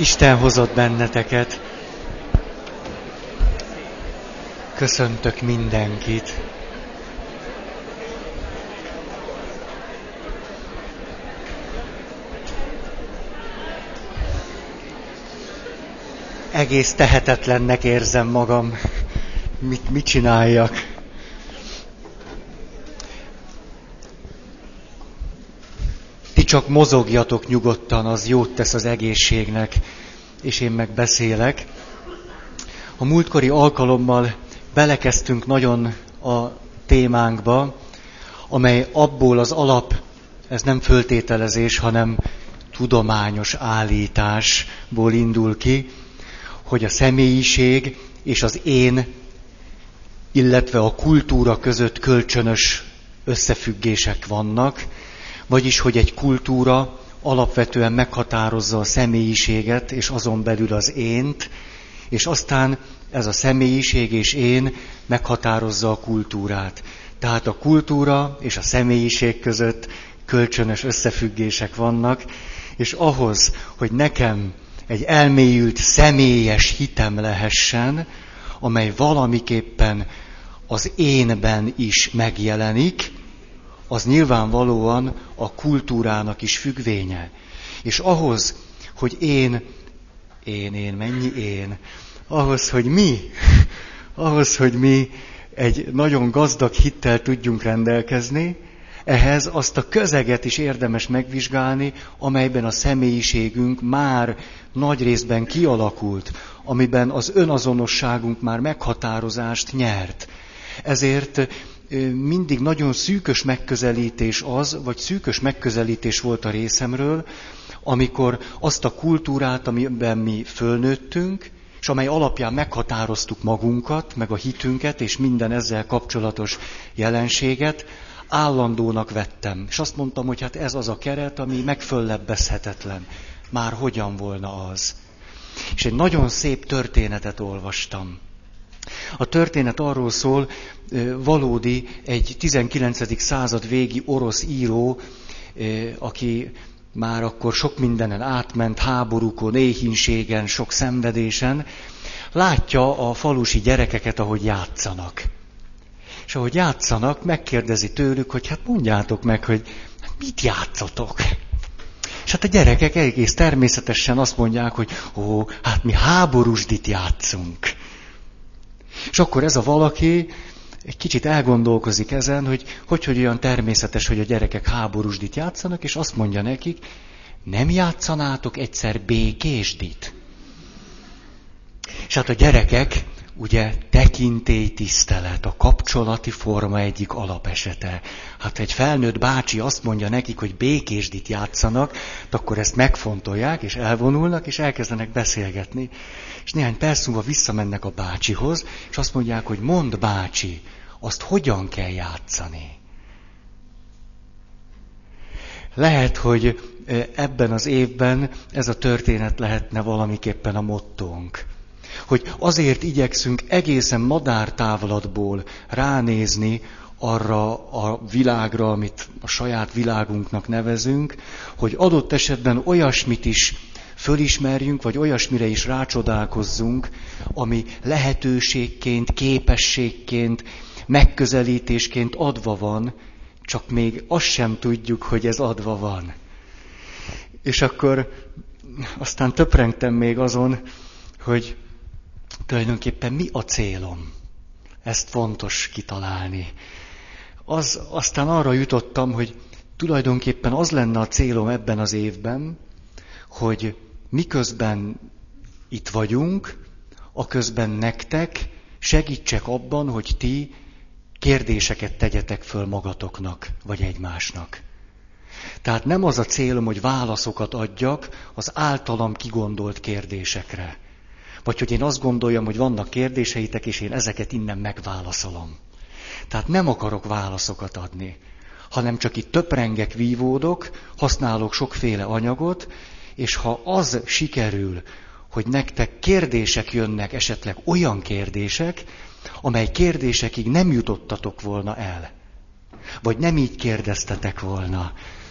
Isten hozott benneteket. Köszöntök mindenkit. Egész tehetetlennek érzem magam. Mit csináljak? Ti csak mozogjatok nyugodtan, az jót tesz az egészségnek, és én meg beszélek. A múltkori alkalommal belekezdtünk nagyon a témánkba, amely abból az alap, ez nem föltételezés, hanem tudományos állításból indul ki, hogy a személyiség és az én, illetve a kultúra között kölcsönös összefüggések vannak, vagyis hogy egy kultúra alapvetően meghatározza a személyiséget, és azon belül az ént, és aztán ez a személyiség és én meghatározza a kultúrát. Tehát a kultúra és a személyiség között kölcsönös összefüggések vannak, és ahhoz, hogy nekem egy elmélyült személyes hitem lehessen, amely valamiképpen az énben is megjelenik, az nyilvánvalóan a kultúrának is függvénye. És ahhoz, hogy ahhoz, hogy mi egy nagyon gazdag hittel tudjunk rendelkezni, ehhez azt a közeget is érdemes megvizsgálni, amelyben a személyiségünk már nagy részben kialakult, amiben az önazonosságunk már meghatározást nyert. Ezért mindig nagyon szűkös megközelítés az, vagy szűkös megközelítés volt a részemről, amikor azt a kultúrát, amiben mi fölnőttünk, és amely alapján meghatároztuk magunkat, meg a hitünket, és minden ezzel kapcsolatos jelenséget, állandónak vettem. És azt mondtam, hogy hát ez az a keret, ami megföllebbezhetetlen. Már hogyan volna az? És egy nagyon szép történetet olvastam. A történet arról szól, valódi, egy 19. század végi orosz író, aki már akkor sok mindenen átment, háborúkon, éhínségen, sok szenvedésen, látja a falusi gyerekeket, ahogy játszanak. És ahogy játszanak, megkérdezi tőlük, hogy hát mondjátok meg, hogy mit játszotok? És hát a gyerekek egész természetesen azt mondják, hogy hát mi háborúsdit játszunk. És akkor ez a valaki egy kicsit elgondolkozik ezen, hogy olyan természetes, hogy a gyerekek háborúsdit játszanak, és azt mondja nekik, nem játszanátok egyszer békésdit? És hát a gyerekek, ugye tekintélytisztelet, a kapcsolati forma egyik alapesete. Hát egy felnőtt bácsi azt mondja nekik, hogy békésdit játszanak, akkor ezt megfontolják, és elvonulnak, és elkezdenek beszélgetni. És néhány perc múlva visszamennek a bácsihoz, és azt mondják, hogy mondd bácsi, azt hogyan kell játszani? Lehet, hogy ebben az évben ez a történet lehetne valamiképpen a mottónk. Hogy azért igyekszünk egészen madártávlatból ránézni arra a világra, amit a saját világunknak nevezünk, hogy adott esetben olyasmit is fölismerjünk, vagy olyasmire is rácsodálkozzunk, ami lehetőségként, képességként, megközelítésként adva van, csak még azt sem tudjuk, hogy ez adva van. És akkor aztán töprengtem még azon, hogy tulajdonképpen mi a célom? Ezt fontos kitalálni. Aztán arra jutottam, hogy tulajdonképpen az lenne a célom ebben az évben, hogy miközben itt vagyunk, aközben nektek segítsek abban, hogy ti kérdéseket tegyetek föl magatoknak, vagy egymásnak. Tehát nem az a célom, hogy válaszokat adjak az általam kigondolt kérdésekre. Vagy hogy én azt gondoljam, hogy vannak kérdéseitek, és én ezeket innen megválaszolom. Tehát nem akarok válaszokat adni, hanem csak itt töprengek, vívódok, használok sokféle anyagot, és ha az sikerül, hogy nektek kérdések jönnek, esetleg olyan kérdések, amely kérdésekig nem jutottatok volna el, vagy nem így kérdeztetek volna,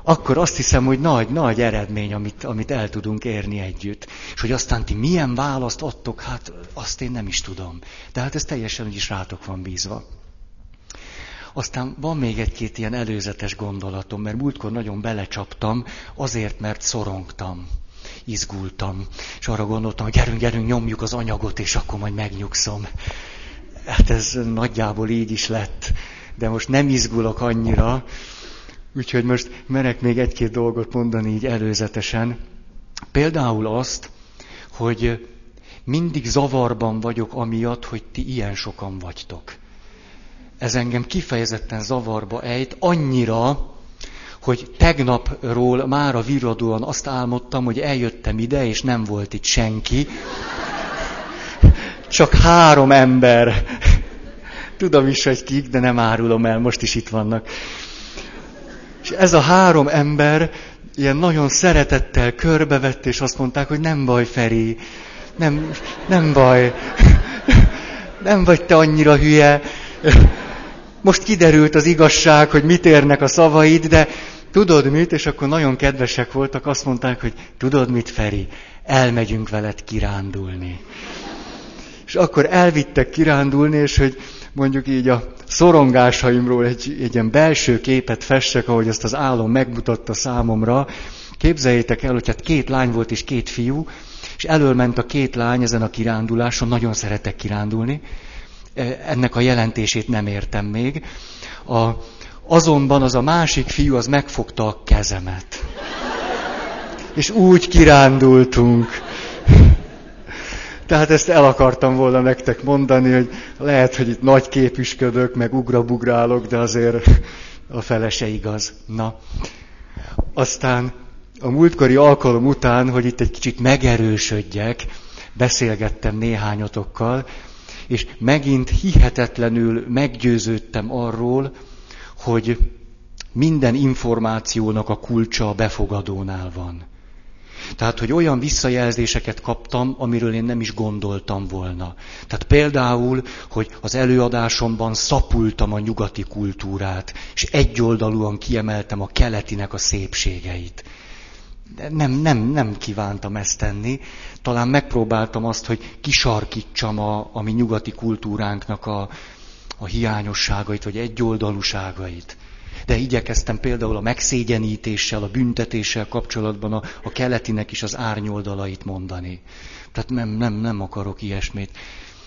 akkor azt hiszem, hogy nagy eredmény, amit el tudunk érni együtt. És hogy aztán ti milyen választ adtok, hát azt én nem is tudom. De hát ez teljesen úgyis rátok van bízva. Aztán van még egy-két ilyen előzetes gondolatom, mert múltkor nagyon belecsaptam, azért, mert szorongtam, izgultam. És arra gondoltam, hogy gyerünk, nyomjuk az anyagot, és akkor majd megnyugszom. Hát ez nagyjából így is lett. De most nem izgulok annyira, úgyhogy most merek még egy-két dolgot mondani így előzetesen. Például azt, hogy mindig zavarban vagyok amiatt, hogy ti ilyen sokan vagytok. Ez engem kifejezetten zavarba ejt, annyira, hogy tegnapról mára virradóan azt álmodtam, hogy eljöttem ide, és nem volt itt senki. Csak 3 ember. Tudom is, hogy kik, de nem árulom el, most is itt vannak. És ez a 3 ember ilyen nagyon szeretettel körbevett, és azt mondták, hogy nem baj, Feri, nem baj, nem vagy te annyira hülye. Most kiderült az igazság, hogy mit érnek a szavaid, de tudod mit, és akkor nagyon kedvesek voltak, azt mondták, hogy tudod mit, Feri, elmegyünk veled kirándulni. És akkor elvittek kirándulni, és hogy mondjuk így a szorongásaimról egy ilyen belső képet fessek, ahogy azt az álom megmutatta számomra. Képzeljétek el, hogy hát 2 lány volt és 2 fiú, és elől ment a 2 lány ezen a kiránduláson, nagyon szeretek kirándulni. Ennek a jelentését nem értem még. Azonban az a másik fiú, az megfogta a kezemet. És úgy kirándultunk. Tehát ezt el akartam volna nektek mondani, hogy lehet, hogy itt nagy képüsködök, meg ugrabugrálok, de azért a fele se igaz. Na, aztán a múltkori alkalom után, hogy itt egy kicsit megerősödjek, beszélgettem néhányotokkal, és megint hihetetlenül meggyőződtem arról, hogy minden információnak a kulcsa a befogadónál van. Tehát, hogy olyan visszajelzéseket kaptam, amiről én nem is gondoltam volna. Tehát például, hogy az előadásomban szapultam a nyugati kultúrát, és egyoldalúan kiemeltem a keletinek a szépségeit. Nem kívántam ezt tenni. Talán megpróbáltam azt, hogy kisarkítsam a mi nyugati kultúránknak a hiányosságait, vagy egyoldalúságait. De igyekeztem például a megszégyenítéssel, a büntetéssel kapcsolatban a keletinek is az árnyoldalait mondani. Tehát nem akarok ilyesmit.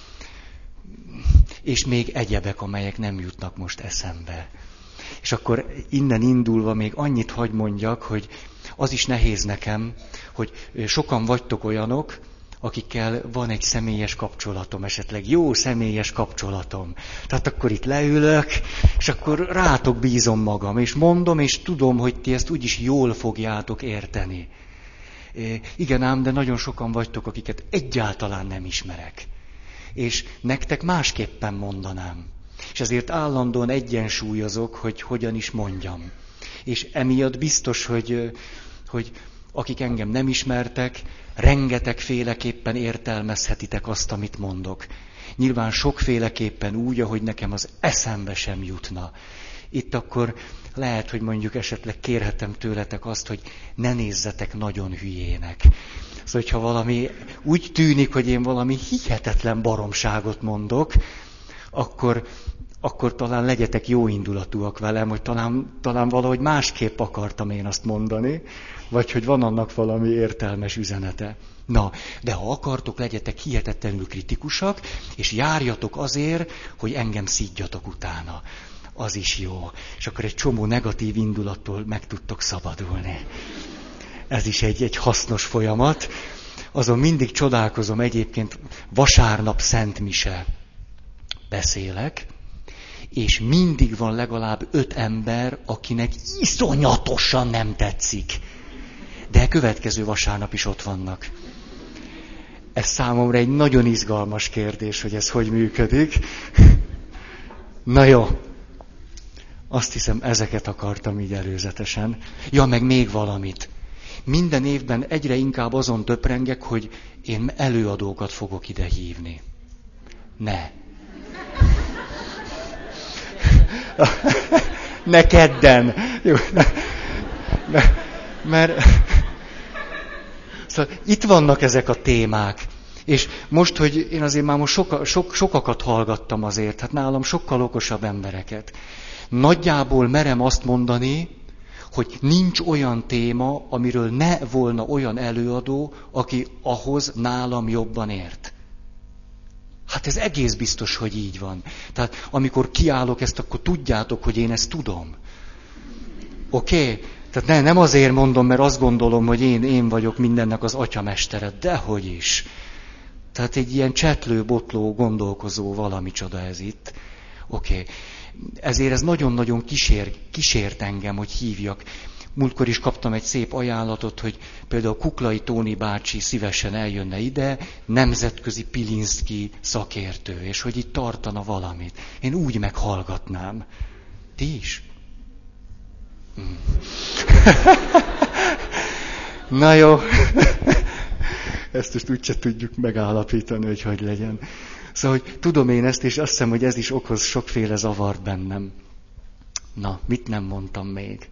És még egyebek, amelyek nem jutnak most eszembe. És akkor innen indulva még annyit hadd mondjak, hogy az is nehéz nekem, hogy sokan vagytok olyanok, akikkel van egy személyes kapcsolatom, esetleg jó személyes kapcsolatom. Tehát akkor itt leülök, és akkor rátok bízom magam, és mondom, és tudom, hogy ti ezt úgyis jól fogjátok érteni. Igen ám, de nagyon sokan vagytok, akiket egyáltalán nem ismerek. És nektek másképpen mondanám. És ezért állandóan egyensúlyozok, hogy hogyan is mondjam. És emiatt biztos, hogy akik engem nem ismertek, rengetegféleképpen értelmezhetitek azt, amit mondok. Nyilván sokféleképpen úgy, ahogy nekem az eszembe sem jutna. Itt akkor lehet, hogy mondjuk esetleg kérhetem tőletek azt, hogy ne nézzetek nagyon hülyének. Szóval, hogyha valami úgy tűnik, hogy én valami hihetetlen baromságot mondok, akkor talán legyetek jó indulatúak velem, hogy talán valahogy másképp akartam én azt mondani, vagy hogy van annak valami értelmes üzenete. Na, de ha akartok, legyetek hihetetlenül kritikusak, és járjatok azért, hogy engem szidjatok utána. Az is jó. És akkor egy csomó negatív indulattól meg tudtok szabadulni. Ez is egy hasznos folyamat. Azon mindig csodálkozom egyébként, vasárnap Szent Mise beszélek, és mindig van legalább 5 ember, akinek iszonyatosan nem tetszik. De következő vasárnap is ott vannak. Ez számomra egy nagyon izgalmas kérdés, hogy ez hogy működik. Na jó. Azt hiszem, ezeket akartam így előzetesen. Ja, meg még valamit. Minden évben egyre inkább azon töprengek, hogy én előadókat fogok ide hívni. Ne. Ne kedden. Jó. Mert szóval itt vannak ezek a témák. És most, hogy én azért már most sokakat hallgattam azért, hát nálam sokkal okosabb embereket. Nagyjából merem azt mondani, hogy nincs olyan téma, amiről ne volna olyan előadó, aki ahhoz nálam jobban ért. Hát ez egész biztos, hogy így van. Tehát amikor kiállok ezt, akkor tudjátok, hogy én ezt tudom. Oké? Tehát nem azért mondom, mert azt gondolom, hogy én vagyok mindennek az atyamestere, dehogy is. Tehát egy ilyen csetlő, botló, gondolkozó valami csoda ez itt. Oké. Ezért ez nagyon-nagyon kísért engem, hogy hívjak. Múltkor is kaptam egy szép ajánlatot, hogy például Kuklai Tóni bácsi szívesen eljönne ide, nemzetközi Pilinszky szakértő, és hogy itt tartana valamit. Én úgy meghallgatnám. Ti is? Na jó. Ezt most úgyse tudjuk megállapítani, hogy legyen. Szóval, hogy tudom én ezt, és azt hiszem, hogy ez is okoz sokféle zavart bennem. Na, mit nem mondtam még?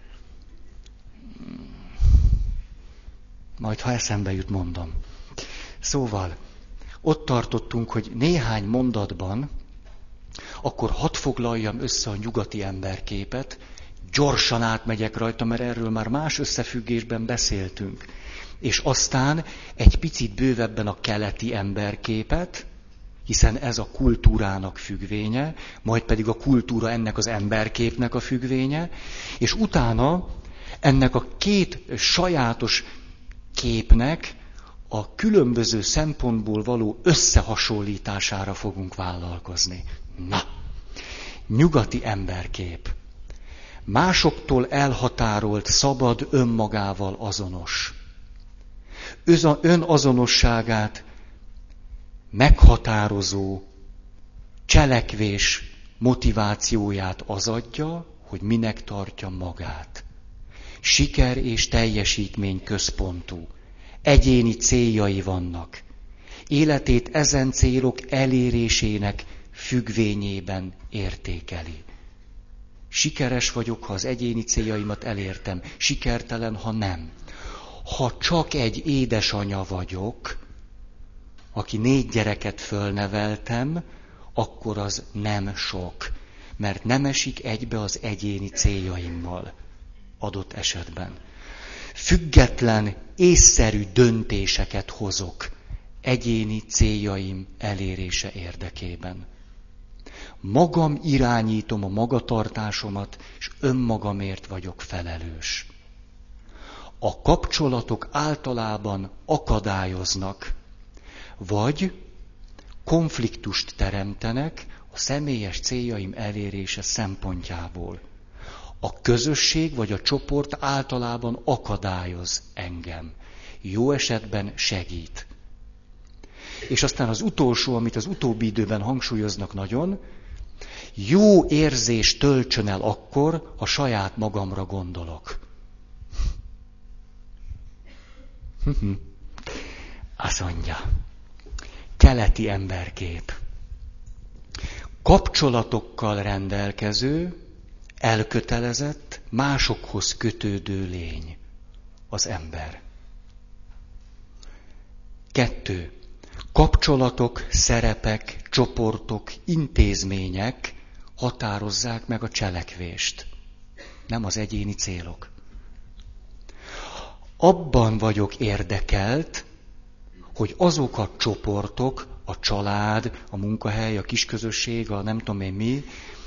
Majd, ha eszembe jut, mondom. Szóval, ott tartottunk, hogy néhány mondatban, akkor hadd foglaljam össze a nyugati emberképet, gyorsan átmegyek rajta, mert erről már más összefüggésben beszéltünk. És aztán egy picit bővebben a keleti emberképet, hiszen ez a kultúrának függvénye, majd pedig a kultúra ennek az emberképnek a függvénye, és utána ennek a két sajátos képnek a különböző szempontból való összehasonlítására fogunk vállalkozni. Na, nyugati emberkép. Másoktól elhatárolt, szabad, önmagával azonos. Önazonosságát meghatározó cselekvés motivációját az adja, hogy minek tartja magát. Siker és teljesítmény központú. Egyéni céljai vannak. Életét ezen célok elérésének függvényében értékeli. Sikeres vagyok, ha az egyéni céljaimat elértem. Sikertelen, ha nem. Ha csak egy édesanya vagyok, aki 4 gyereket fölneveltem, akkor az nem sok, mert nem esik egybe az egyéni céljaimmal adott esetben. Független, észszerű döntéseket hozok egyéni céljaim elérése érdekében. Magam irányítom a magatartásomat, és önmagamért vagyok felelős. A kapcsolatok általában akadályoznak, vagy konfliktust teremtenek a személyes céljaim elérése szempontjából. A közösség vagy a csoport általában akadályoz engem. Jó esetben segít. És aztán az utolsó, amit az utóbbi időben hangsúlyoznak nagyon, jó érzés töltsön el akkor, ha saját magamra gondolok. Azt mondja. Keleti emberkép. Kapcsolatokkal rendelkező, elkötelezett, másokhoz kötődő lény az ember. 2. Kapcsolatok, szerepek, csoportok, intézmények határozzák meg a cselekvést, nem az egyéni célok. Abban vagyok érdekelt, hogy azok a csoportok, a család, a munkahely, a kisközösség, a nem tudom én mi,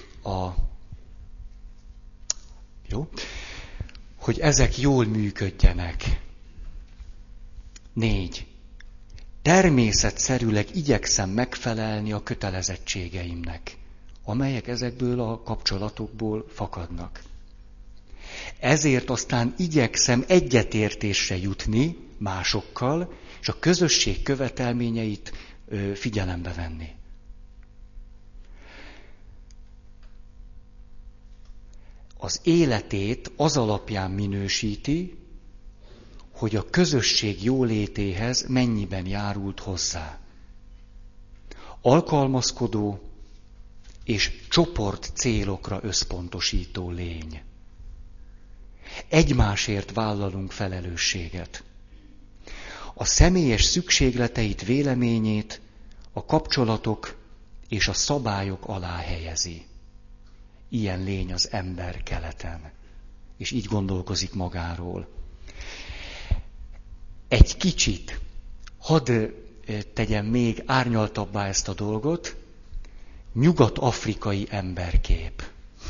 hogy ezek jól működjenek. 4. Természetszerűleg igyekszem megfelelni a kötelezettségeimnek, amelyek ezekből a kapcsolatokból fakadnak. Ezért aztán igyekszem egyetértésre jutni másokkal, és a közösség követelményeit figyelembe venni. Az életét az alapján minősíti, hogy a közösség jólétéhez mennyiben járult hozzá. Alkalmazkodó és csoport célokra összpontosító lény. Egymásért vállalunk felelősséget. A személyes szükségleteit, véleményét a kapcsolatok és a szabályok alá helyezi. Ilyen lény az ember keleten. És így gondolkozik magáról. Egy kicsit, hadd tegyem még árnyaltabbá ezt a dolgot, nyugat-afrikai emberkép.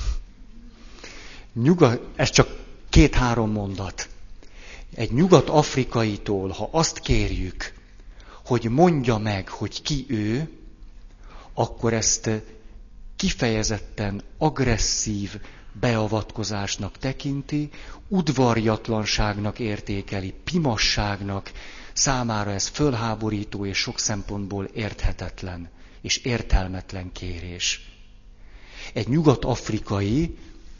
Ez csak 2-3 mondat. Egy nyugat-afrikaitól, ha azt kérjük, hogy mondja meg, hogy ki ő, akkor ezt kifejezetten agresszív beavatkozásnak tekinti, udvarjatlanságnak értékeli, pimasságnak, számára ez fölháborító és sok szempontból érthetetlen és értelmetlen kérés. Egy nyugat-afrikai,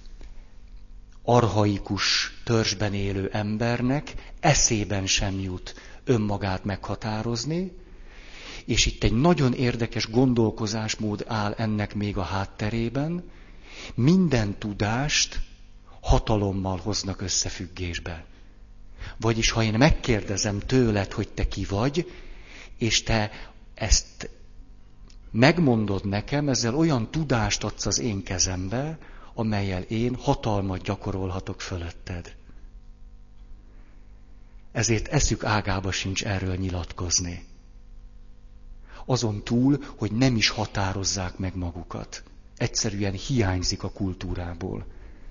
archaikus törzsben élő embernek eszében sem jut önmagát meghatározni, és itt egy nagyon érdekes gondolkozásmód áll ennek még a hátterében. Minden tudást hatalommal hoznak összefüggésbe. Vagyis, ha én megkérdezem tőled, hogy te ki vagy, és te ezt megmondod nekem, ezzel olyan tudást adsz az én kezembe, amellyel én hatalmat gyakorolhatok fölötted. Ezért eszük ágába sincs erről nyilatkozni. Azon túl, hogy nem is határozzák meg magukat. Egyszerűen hiányzik a kultúrából.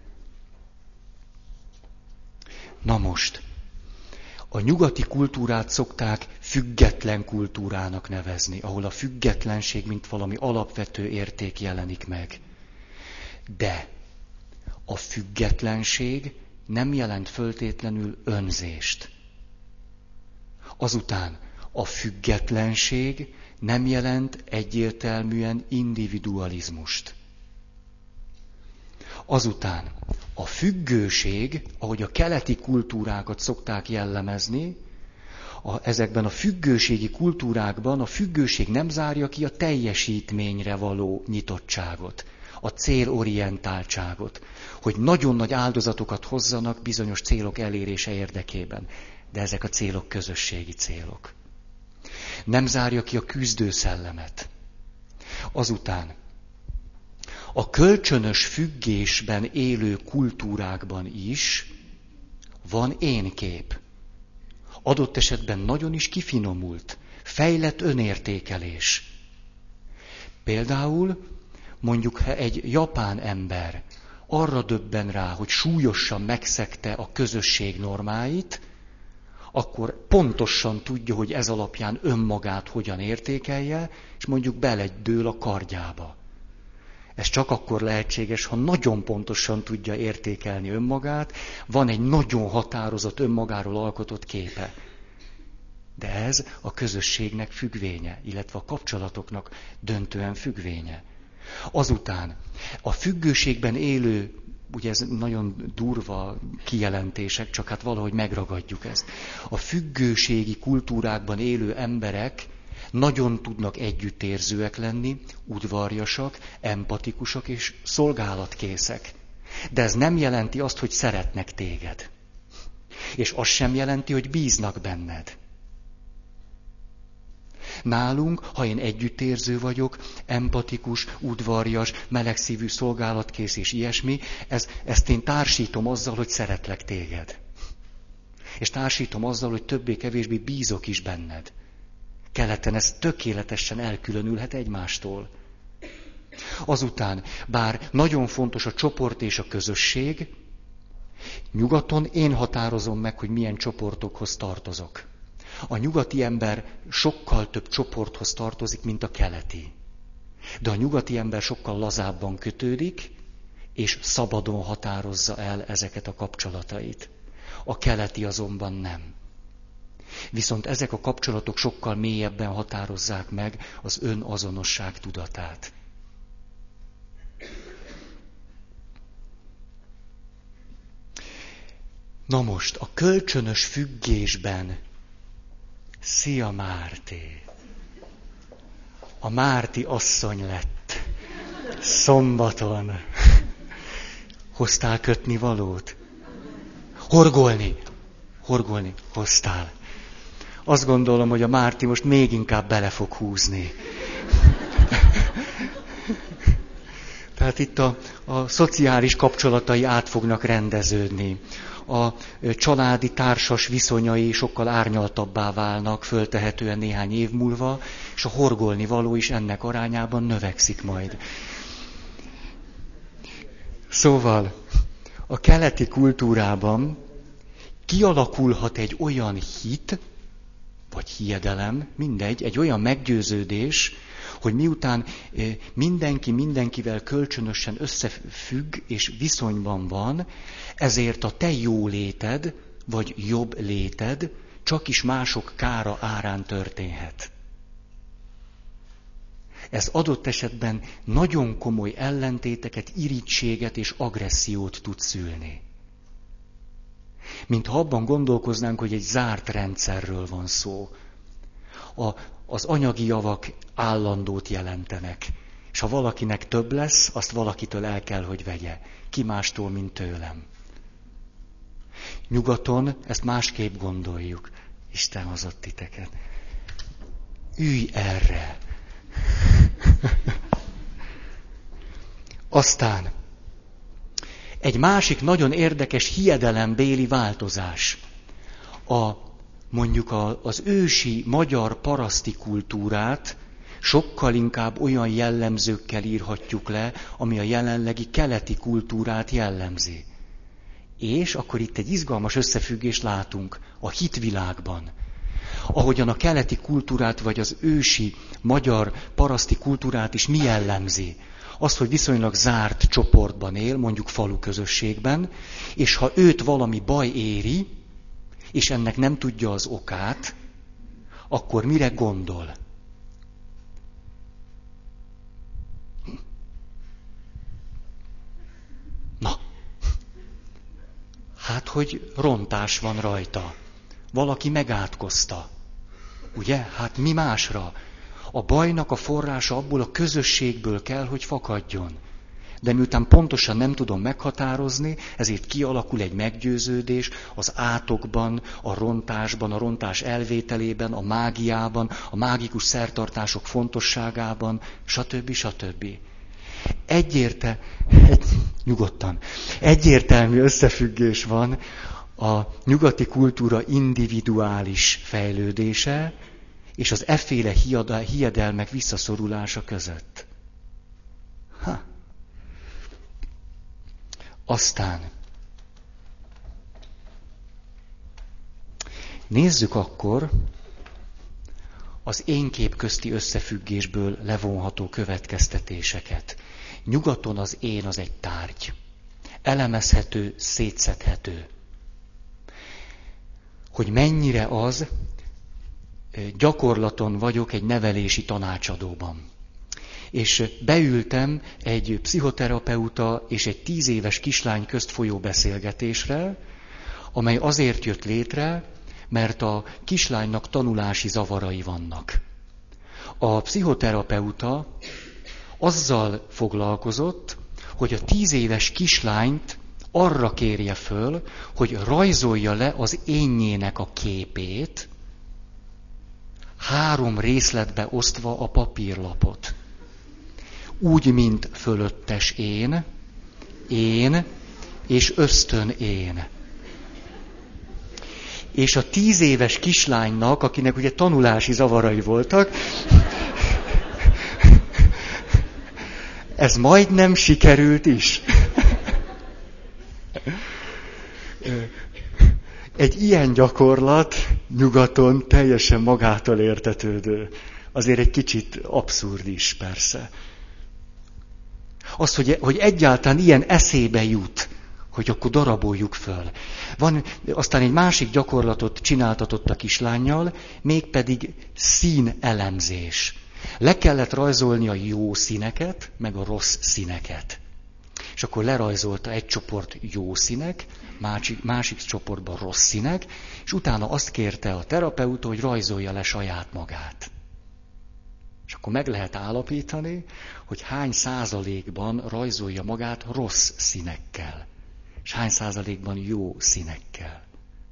Na most, a nyugati kultúrát szokták független kultúrának nevezni, ahol a függetlenség, mint valami alapvető érték jelenik meg. De a függetlenség nem jelent föltétlenül önzést. Azután a függetlenség nem jelent egyértelműen individualizmust. Azután a függőség, ahogy a keleti kultúrákat szokták jellemezni, ezekben a függőségi kultúrákban a függőség nem zárja ki a teljesítményre való nyitottságot, a célorientáltságot, hogy nagyon nagy áldozatokat hozzanak bizonyos célok elérése érdekében. De ezek a célok közösségi célok. Nem zárja ki a küzdőszellemet. Azután a kölcsönös függésben élő kultúrákban is van énkép. Adott esetben nagyon is kifinomult, fejlett önértékelés. Például mondjuk, ha egy japán ember arra döbben rá, hogy súlyosan megszegte a közösség normáit, akkor pontosan tudja, hogy ez alapján önmagát hogyan értékelje, és mondjuk beledől a kardjába. Ez csak akkor lehetséges, ha nagyon pontosan tudja értékelni önmagát, van egy nagyon határozott önmagáról alkotott képe. De ez a közösségnek függvénye, illetve a kapcsolatoknak döntően függvénye. Azután a függőségben élő, ugye ez nagyon durva kijelentések, csak hát valahogy megragadjuk ezt. A függőségi kultúrákban élő emberek nagyon tudnak együttérzőek lenni, udvarjasak, empatikusak és szolgálatkészek. De ez nem jelenti azt, hogy szeretnek téged. És az sem jelenti, hogy bíznak benned. Nálunk, ha én együttérző vagyok, empatikus, udvarjas, melegszívű, szolgálatkész és ilyesmi, ezt én társítom azzal, hogy szeretlek téged. És társítom azzal, hogy többé-kevésbé bízok is benned. Keleten ez tökéletesen elkülönülhet egymástól. Azután, bár nagyon fontos a csoport és a közösség, nyugaton én határozom meg, hogy milyen csoportokhoz tartozok. A nyugati ember sokkal több csoporthoz tartozik, mint a keleti. De a nyugati ember sokkal lazábban kötődik, és szabadon határozza el ezeket a kapcsolatait. A keleti azonban nem. Viszont ezek a kapcsolatok sokkal mélyebben határozzák meg az önazonosság tudatát. Na most, a kölcsönös függésben, szia Márti! A Márti asszony lett szombaton. Hoztál kötni valót? Horgolni hoztál. Azt gondolom, hogy a Márti most még inkább bele fog húzni. Tehát itt a szociális kapcsolatai át fognak rendeződni. A családi társas viszonyai sokkal árnyaltabbá válnak, föltehetően néhány év múlva, és a horgolni való is ennek arányában növekszik majd. Szóval a keleti kultúrában kialakulhat egy olyan hit, vagy hiedelem, mindegy, egy olyan meggyőződés, hogy miután mindenki mindenkivel kölcsönösen összefügg és viszonyban van, ezért a te jó léted, vagy jobb léted csak is mások kára árán történhet. Ez adott esetben nagyon komoly ellentéteket, irítséget és agressziót tud szülni. Mintha abban gondolkoznánk, hogy egy zárt rendszerről van szó. Az anyagi javak állandót jelentenek. És ha valakinek több lesz, azt valakitől el kell, hogy vegye. Ki mástól, mint tőlem. Nyugaton ezt másképp gondoljuk. Isten hozott titeket. Ülj erre! Aztán egy másik nagyon érdekes hiedelembéli változás. Mondjuk az ősi magyar paraszti kultúrát sokkal inkább olyan jellemzőkkel írhatjuk le, ami a jelenlegi keleti kultúrát jellemzi. És akkor itt egy izgalmas összefüggést látunk a hitvilágban. Ahogyan a keleti kultúrát, vagy az ősi magyar paraszti kultúrát is mi jellemzi? Az, hogy viszonylag zárt csoportban él, mondjuk falu közösségben, és ha őt valami baj éri, és ennek nem tudja az okát, akkor mire gondol? Na, hát, hogy rontás van rajta. Valaki megátkozta. Ugye? Hát mi másra? A bajnak a forrása abból a közösségből kell, hogy fakadjon. De miután pontosan nem tudom meghatározni, ezért kialakul egy meggyőződés az átokban, a rontásban, a rontás elvételében, a mágiában, a mágikus szertartások fontosságában, stb. Stb. Nyugodtan. Egyértelmű összefüggés van a nyugati kultúra individuális fejlődése és az efféle hiedelmek visszaszorulása között. Aztán nézzük akkor az énkép közti összefüggésből levonható következtetéseket. Nyugaton az én az egy tárgy. Elemezhető, szétszedhető. Hogy mennyire az, gyakorlaton vagyok egy nevelési tanácsadóban. És beültem egy pszichoterapeuta és egy 10 éves kislány közt folyó beszélgetésre, amely azért jött létre, mert a kislánynak tanulási zavarai vannak. A pszichoterapeuta azzal foglalkozott, hogy a 10 éves kislányt arra kérje föl, hogy rajzolja le az énjének a képét, 3 részletbe osztva a papírlapot. Úgy, mint fölöttes én és ösztön én. És a 10 éves kislánynak, akinek ugye tanulási zavarai voltak, ez majdnem sikerült is. Egy ilyen gyakorlat nyugaton teljesen magától értetődő. Azért egy kicsit abszurd is, persze. Az, hogy egyáltalán ilyen eszébe jut, hogy akkor daraboljuk föl. Van aztán egy másik gyakorlatot csináltatott a kislánnyal, mégpedig színelemzés. Le kellett rajzolni a jó színeket, meg a rossz színeket. És akkor lerajzolta egy csoport jó színek, másik csoportban rossz színek, és utána azt kérte a terapeuta, hogy rajzolja le saját magát. És akkor meg lehet állapítani, hogy hány százalékban rajzolja magát rossz színekkel. És hány százalékban jó színekkel.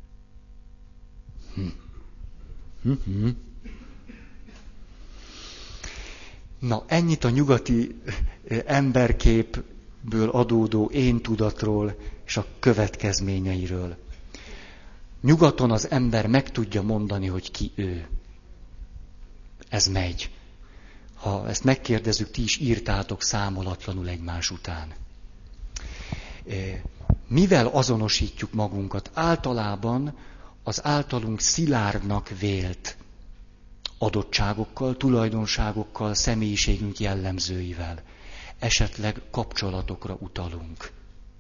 Na, ennyit a nyugati emberképből adódó én tudatról és a következményeiről. Nyugaton az ember meg tudja mondani, hogy ki ő. Ez megy. Ha ezt megkérdezzük, ti is írtátok számolatlanul egymás után. Mivel azonosítjuk magunkat? Általában az általunk szilárdnak vélt adottságokkal, tulajdonságokkal, személyiségünk jellemzőivel. Esetleg kapcsolatokra utalunk.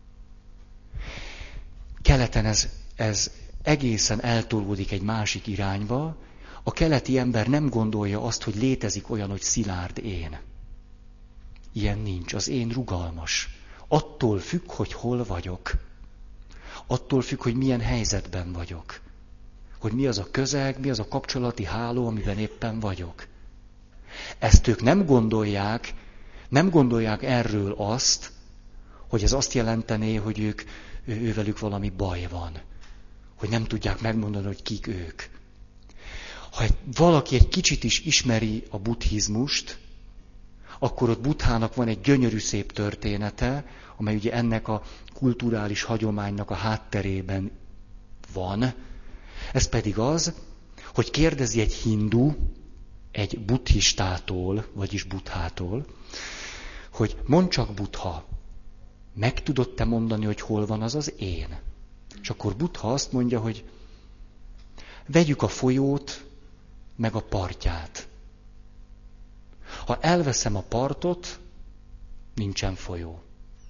Keleten ez egészen eltolódik egy másik irányba. A keleti ember nem gondolja azt, hogy létezik olyan, hogy szilárd én. Ilyen nincs. Az én rugalmas. Attól függ, hogy hol vagyok. Attól függ, hogy milyen helyzetben vagyok. Hogy mi az a közeg, mi az a kapcsolati háló, amiben éppen vagyok. Ezt ők nem gondolják erről azt, hogy ez azt jelentené, hogy ővelük valami baj van. Hogy nem tudják megmondani, hogy kik ők. Ha valaki egy kicsit is ismeri a buddhizmust, akkor ott Buddhának van egy gyönyörű szép története, amely ugye ennek a kulturális hagyománynak a hátterében van. Ez pedig az, hogy kérdezi egy hindu, egy buddhistától, vagyis Buddhától, hogy mondd csak, Buddha, meg tudod te mondani, hogy hol van az az én? És akkor Buddha azt mondja, hogy vegyük a folyót, meg a partját. Ha elveszem a partot, nincsen folyó.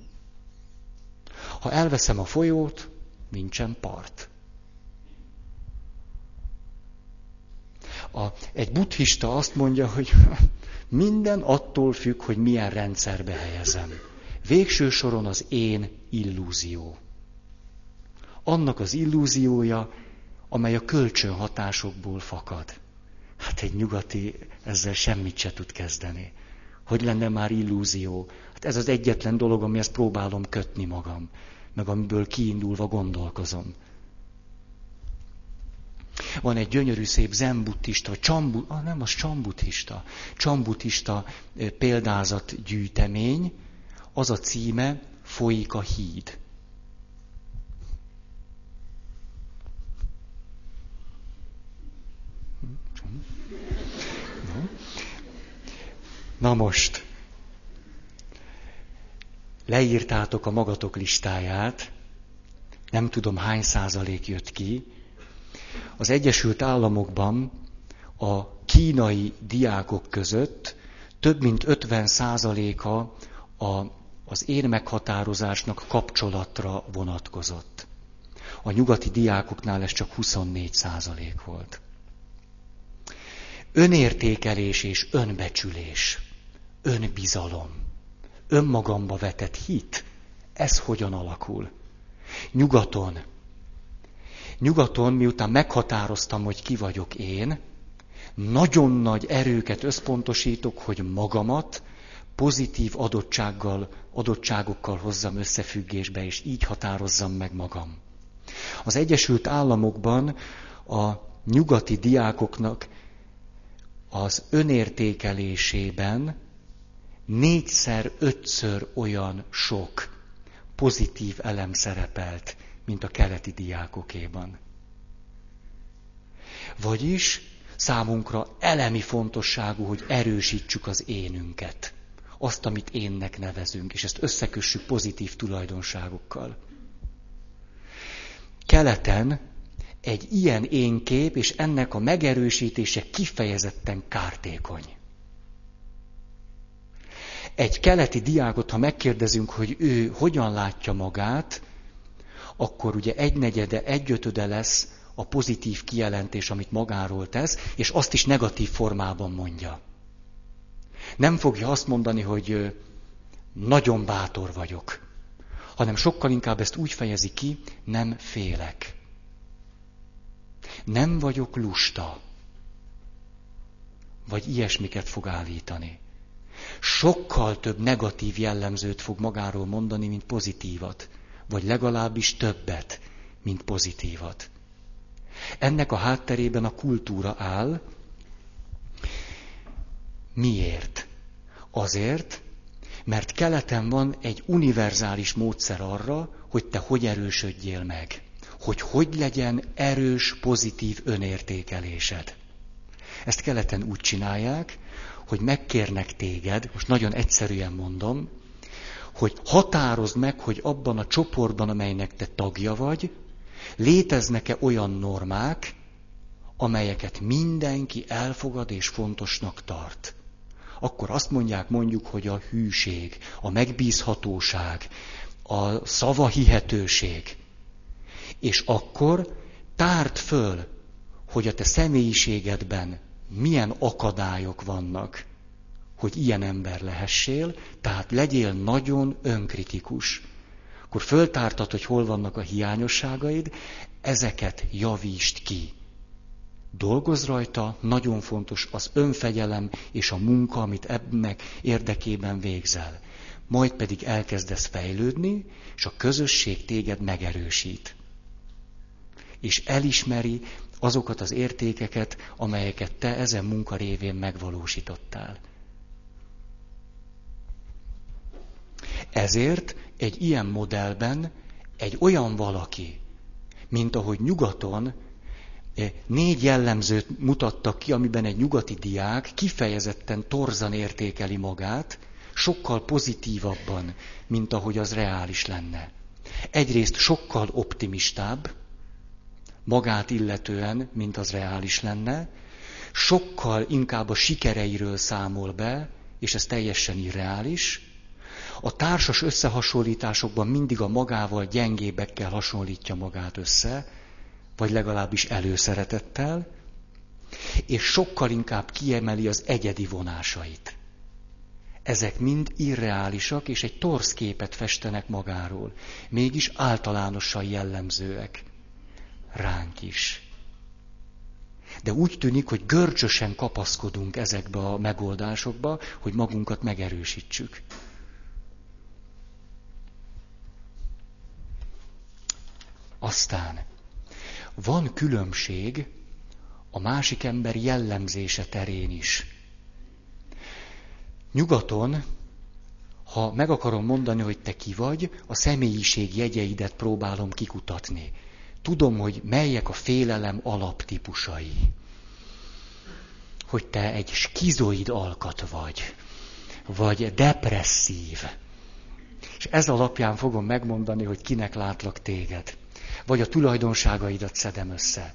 Ha elveszem a folyót, nincsen part. Egy buddhista azt mondja, hogy minden attól függ, hogy milyen rendszerbe helyezem. Végső soron az én illúzió. Annak az illúziója, amely a kölcsönhatásokból fakad. Hát egy nyugati ezzel semmit se tud kezdeni. Hogy lenne már illúzió? Hát ez az egyetlen dolog, amihez próbálom kötni magam, meg amiből kiindulva gondolkozom. Van egy gyönyörű szép zen-buddhista, csambuddhista példázatgyűjtemény, az a címe, Folyik a híd. Na most, leírtátok a magatok listáját, nem tudom hány százalék jött ki. Az Egyesült Államokban a kínai diákok között több mint 50%-a az én meghatározásnak kapcsolatra vonatkozott. A nyugati diákoknál ez csak 24% volt. Önértékelés és önbecsülés, önbizalom, önmagamba vetett hit, ez hogyan alakul? Nyugaton, miután meghatároztam, hogy ki vagyok én, nagyon nagy erőket összpontosítok, hogy magamat pozitív adottságokkal hozzam összefüggésbe, és így határozzam meg magam. Az Egyesült Államokban a nyugati diákoknak az önértékelésében 4-5-ször olyan sok pozitív elem szerepelt, mint a keleti diákokéban. Vagyis számunkra elemi fontosságú, hogy erősítsük az énünket. Azt, amit énnek nevezünk, és ezt összekössük pozitív tulajdonságokkal. Keleten egy ilyen énkép és ennek a megerősítése kifejezetten kártékony. Egy keleti diákot, ha megkérdezünk, hogy ő hogyan látja magát, akkor ugye 1/4, 1/5 lesz a pozitív kijelentés, amit magáról tesz, és azt is negatív formában mondja. Nem fogja azt mondani, hogy nagyon bátor vagyok, hanem sokkal inkább ezt úgy fejezi ki, nem félek. Nem vagyok lusta. Vagy ilyesmiket fog állítani. Sokkal több negatív jellemzőt fog magáról mondani, mint pozitívat. vagy legalábbis többet, mint pozitívat. Ennek a hátterében a kultúra áll. Miért? Azért, mert keleten van egy univerzális módszer arra, hogy te hogy erősödjél meg. Hogy legyen erős, pozitív önértékelésed. Ezt keleten úgy csinálják, hogy megkérnek téged, most nagyon egyszerűen mondom, hogy határozd meg, hogy abban a csoportban, amelynek te tagja vagy, léteznek-e olyan normák, amelyeket mindenki elfogad és fontosnak tart. Akkor azt mondják mondjuk, hogy a hűség, a megbízhatóság, a szavahihetőség. És akkor tárd föl, hogy a te személyiségedben milyen akadályok vannak, hogy ilyen ember lehessél, tehát legyél nagyon önkritikus. Akkor föltártad, hogy hol vannak a hiányosságaid, ezeket javítsd ki. Dolgozz rajta, nagyon fontos az önfegyelem és a munka, amit ennek érdekében végzel. Majd pedig elkezdesz fejlődni, és a közösség téged megerősít. És elismeri azokat az értékeket, amelyeket te ezen munka révén megvalósítottál. Ezért egy ilyen modellben egy olyan valaki, mint ahogy nyugaton 4 jellemzőt mutattak ki, amiben egy nyugati diák kifejezetten torzan értékeli magát, sokkal pozitívabban, mint ahogy az reális lenne. Egyrészt sokkal optimistább, magát illetően, mint az reális lenne, sokkal inkább a sikereiről számol be, és ez teljesen irreális. A társas összehasonlításokban mindig a magával gyengébbekkel hasonlítja magát össze, vagy legalábbis előszeretettel, és sokkal inkább kiemeli az egyedi vonásait. Ezek mind irreálisak, és egy torz képet festenek magáról. Mégis általánosan jellemzőek. Ránk is. De úgy tűnik, hogy görcsösen kapaszkodunk ezekbe a megoldásokba, hogy magunkat megerősítsük. Aztán van különbség a másik ember jellemzése terén is. Nyugaton, ha meg akarom mondani, hogy te ki vagy, a személyiség jegyeidet próbálom kikutatni. Tudom, hogy melyek a félelem alaptípusai. Hogy te egy skizoid alkat vagy depresszív. És ez alapján fogom megmondani, hogy kinek látlak téged. Vagy a tulajdonságaidat szedem össze.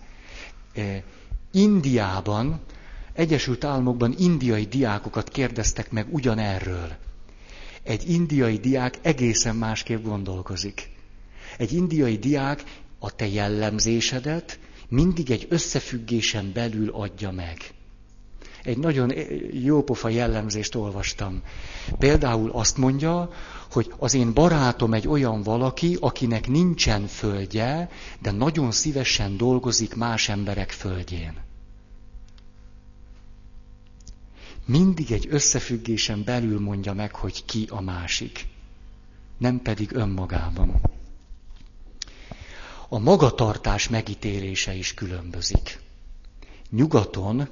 Indiában, Egyesült Államokban indiai diákokat kérdeztek meg ugyanerről. Egy indiai diák egészen másképp gondolkozik. Egy indiai diák a te jellemzésedet mindig egy összefüggésen belül adja meg. Egy nagyon jópofa jellemzést olvastam. Például azt mondja, hogy az én barátom egy olyan valaki, akinek nincsen földje, de nagyon szívesen dolgozik más emberek földjén. Mindig egy összefüggésen belül mondja meg, hogy ki a másik, nem pedig önmagában. A magatartás megítélése is különbözik. Nyugaton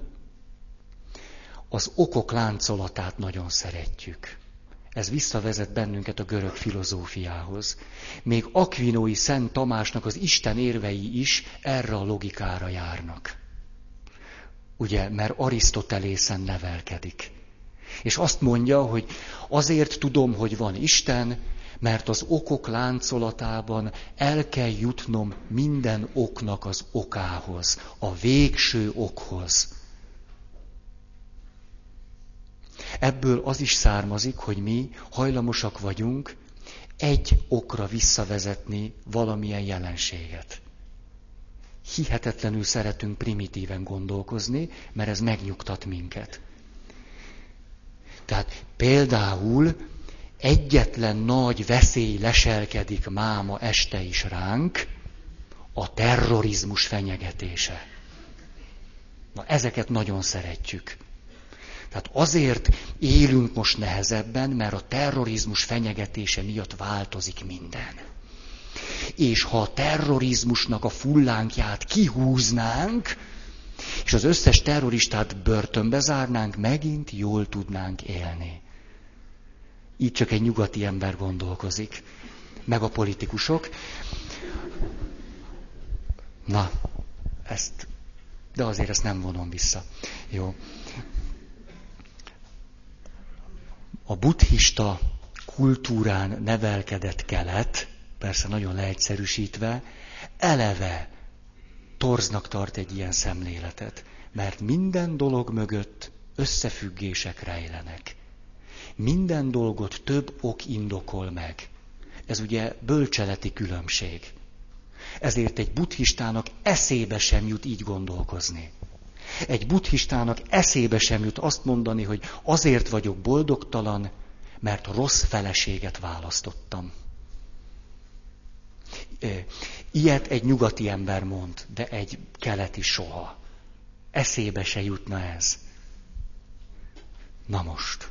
az okok láncolatát nagyon szeretjük. Ez visszavezet bennünket a görög filozófiához. Még Akvinói Szent Tamásnak az Isten érvei is erre a logikára járnak. Ugye, mert Arisztotelészen nevelkedik. És azt mondja, hogy azért tudom, hogy van Isten, mert az okok láncolatában el kell jutnom minden oknak az okához, a végső okhoz. Ebből az is származik, hogy mi hajlamosak vagyunk egy okra visszavezetni valamilyen jelenséget. Hihetetlenül szeretünk primitíven gondolkozni, mert ez megnyugtat minket. Tehát például egyetlen nagy veszély leselkedik máma este is ránk, a terrorizmus fenyegetése. Na, ezeket nagyon szeretjük. Tehát azért élünk most nehezebben, mert a terrorizmus fenyegetése miatt változik minden. És ha a terrorizmusnak a fullánkját kihúznánk, és az összes terroristát börtönbe zárnánk, megint jól tudnánk élni. Így csak egy nyugati ember gondolkozik. Meg a politikusok. Na, de azért ezt nem vonom vissza. Jó. A buddhista kultúrán nevelkedett Kelet, persze nagyon leegyszerűsítve, eleve torznak tart egy ilyen szemléletet, mert minden dolog mögött összefüggések rejlenek. Minden dolgot több ok indokol meg. Ez ugye bölcseleti különbség. Ezért egy buddhistának eszébe sem jut így gondolkozni. Egy buddhistának eszébe sem jut azt mondani, hogy azért vagyok boldogtalan, mert rossz feleséget választottam. Ilyet egy nyugati ember mond, de egy keleti soha. Eszébe se jutna ez. Na most.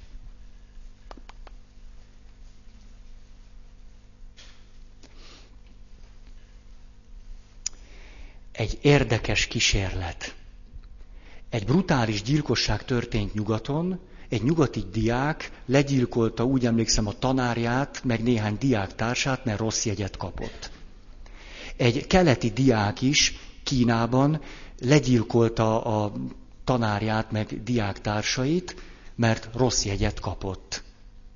Egy érdekes kísérlet. Egy brutális gyilkosság történt nyugaton, egy nyugati diák legyilkolta, úgy emlékszem, a tanárját, meg néhány diáktársát, mert rossz jegyet kapott. Egy keleti diák is Kínában legyilkolta a tanárját, meg diáktársait, mert rossz jegyet kapott.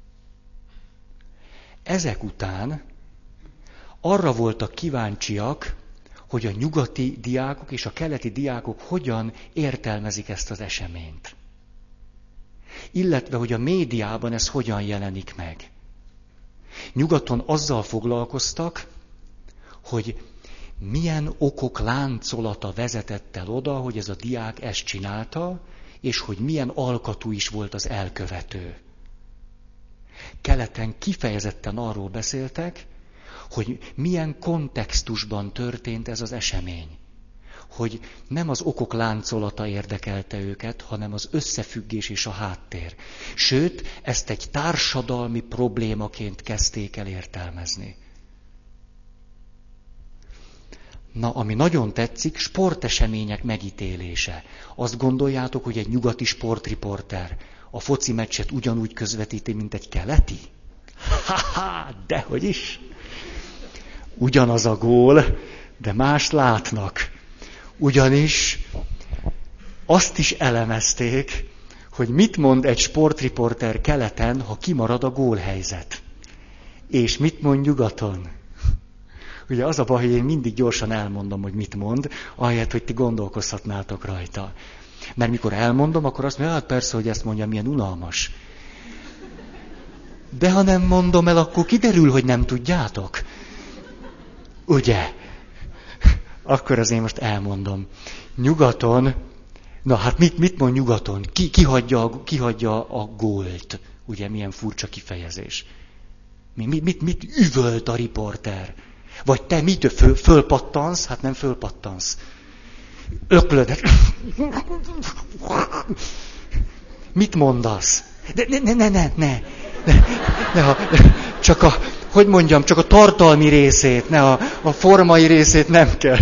Ezek után arra voltak kíváncsiak, hogy a nyugati diákok és a keleti diákok hogyan értelmezik ezt az eseményt. Illetve, hogy a médiában ez hogyan jelenik meg. Nyugaton azzal foglalkoztak, hogy milyen okok láncolata vezetett el oda, hogy ez a diák ezt csinálta, és hogy milyen alkatú is volt az elkövető. Keleten kifejezetten arról beszéltek, hogy milyen kontextusban történt ez az esemény. Hogy nem az okok láncolata érdekelte őket, hanem az összefüggés és a háttér. Sőt, ezt egy társadalmi problémaként kezdték el értelmezni. Na, ami nagyon tetszik, sportesemények megítélése. Azt gondoljátok, hogy egy nyugati sportriporter a foci meccset ugyanúgy közvetíti, mint egy keleti? Ha-ha, dehogy is! Ugyanaz a gól, de mást látnak. Ugyanis azt is elemezték, hogy mit mond egy sportriporter keleten, ha kimarad a gólhelyzet. És mit mond nyugaton. Ugye az a baj, hogy én mindig gyorsan elmondom, hogy mit mond, ahelyett, hogy ti gondolkozhatnátok rajta. Mert mikor elmondom, akkor azt mondja, hát persze, hogy ezt mondja, milyen unalmas. De ha nem mondom el, akkor kiderül, hogy nem tudjátok. Ugye? Akkor azért most elmondom. Nyugaton, na hát mit mond nyugaton? Kihagyja a gólt? Ugye milyen furcsa kifejezés. Mit üvölt a riporter? Vagy te mit fölpattansz? Hát nem fölpattansz. Öklöd. Mit mondasz? Ne. Csak csak a tartalmi részét, ne a formai részét nem kell.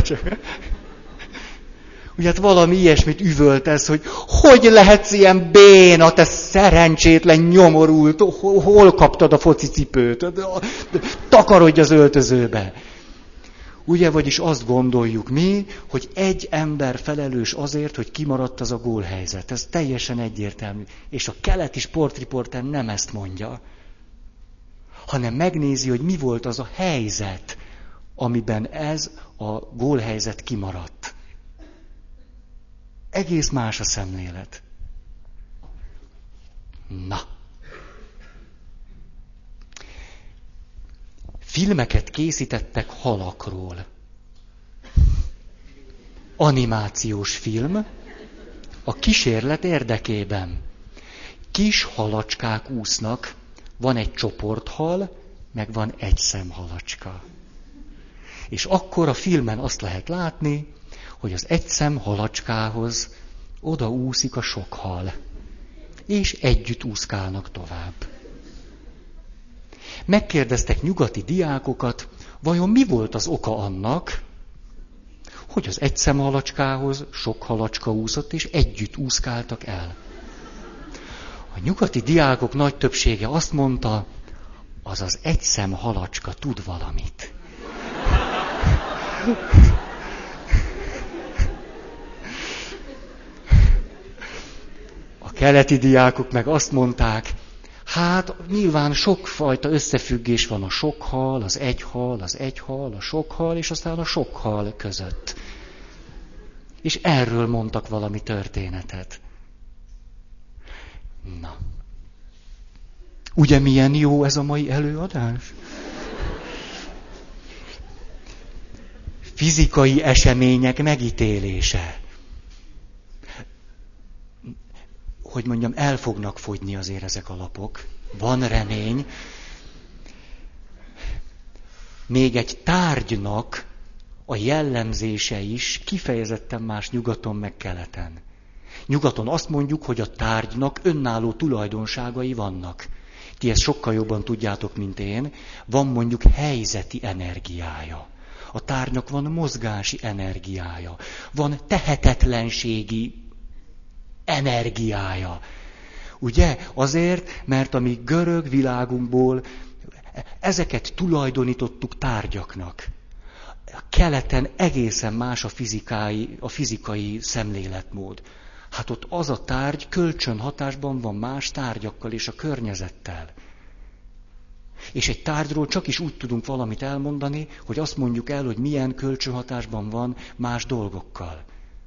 Ugye hát valami ilyesmit üvöltesz, hogy lehetsz ilyen béna, te szerencsétlen nyomorult, hol kaptad a focicipőt? Takarodj az öltözőbe. Ugye, vagyis azt gondoljuk mi, hogy egy ember felelős azért, hogy kimaradt az a gólhelyzet. Ez teljesen egyértelmű. És a keleti sportriporter nem ezt mondja, hanem megnézi, hogy mi volt az a helyzet, amiben ez a gólhelyzet kimaradt. Egész más a szemlélet. Na. Filmeket készítettek halakról. Animációs film a kísérlet érdekében. Kis halacskák úsznak, van egy csoporthal, meg van egy szemhalacska. És akkor a filmen azt lehet látni, hogy az egy szemhalacskához oda úszik a sok hal. És együtt úszkálnak tovább. Megkérdeztek nyugati diákokat, Vajon mi volt az oka annak, hogy az egy szemhalacskához sok halacska úszott, és együtt úszkáltak el? A nyugati diákok nagy többsége azt mondta, az az egy szemhalacska tud valamit. A keleti diákok meg azt mondták, hát nyilván sokfajta összefüggés van a sok hal, az egy hal, a sok hal, és aztán a sok hal között. És erről mondtak valami történetet. Na. Ugye milyen jó ez a mai előadás? Fizikai események megítélése. Hogy mondjam, el fognak fogyni azért ezek a lapok. Van remény. Még egy tárgynak a jellemzése is kifejezetten más nyugaton meg keleten. Nyugaton azt mondjuk, hogy a tárgynak önálló tulajdonságai vannak. Ti ezt sokkal jobban tudjátok, mint én. Van mondjuk helyzeti energiája. A tárgynak van mozgási energiája. Van tehetetlenségi energiája. Ugye? Azért, mert a mi görög világunkból ezeket tulajdonítottuk tárgyaknak. A keleten egészen más a fizikai szemléletmód. Hát ott az a tárgy kölcsönhatásban van más tárgyakkal és a környezettel. És egy tárgyról csak is úgy tudunk valamit elmondani, hogy azt mondjuk el, hogy milyen kölcsönhatásban van más dolgokkal.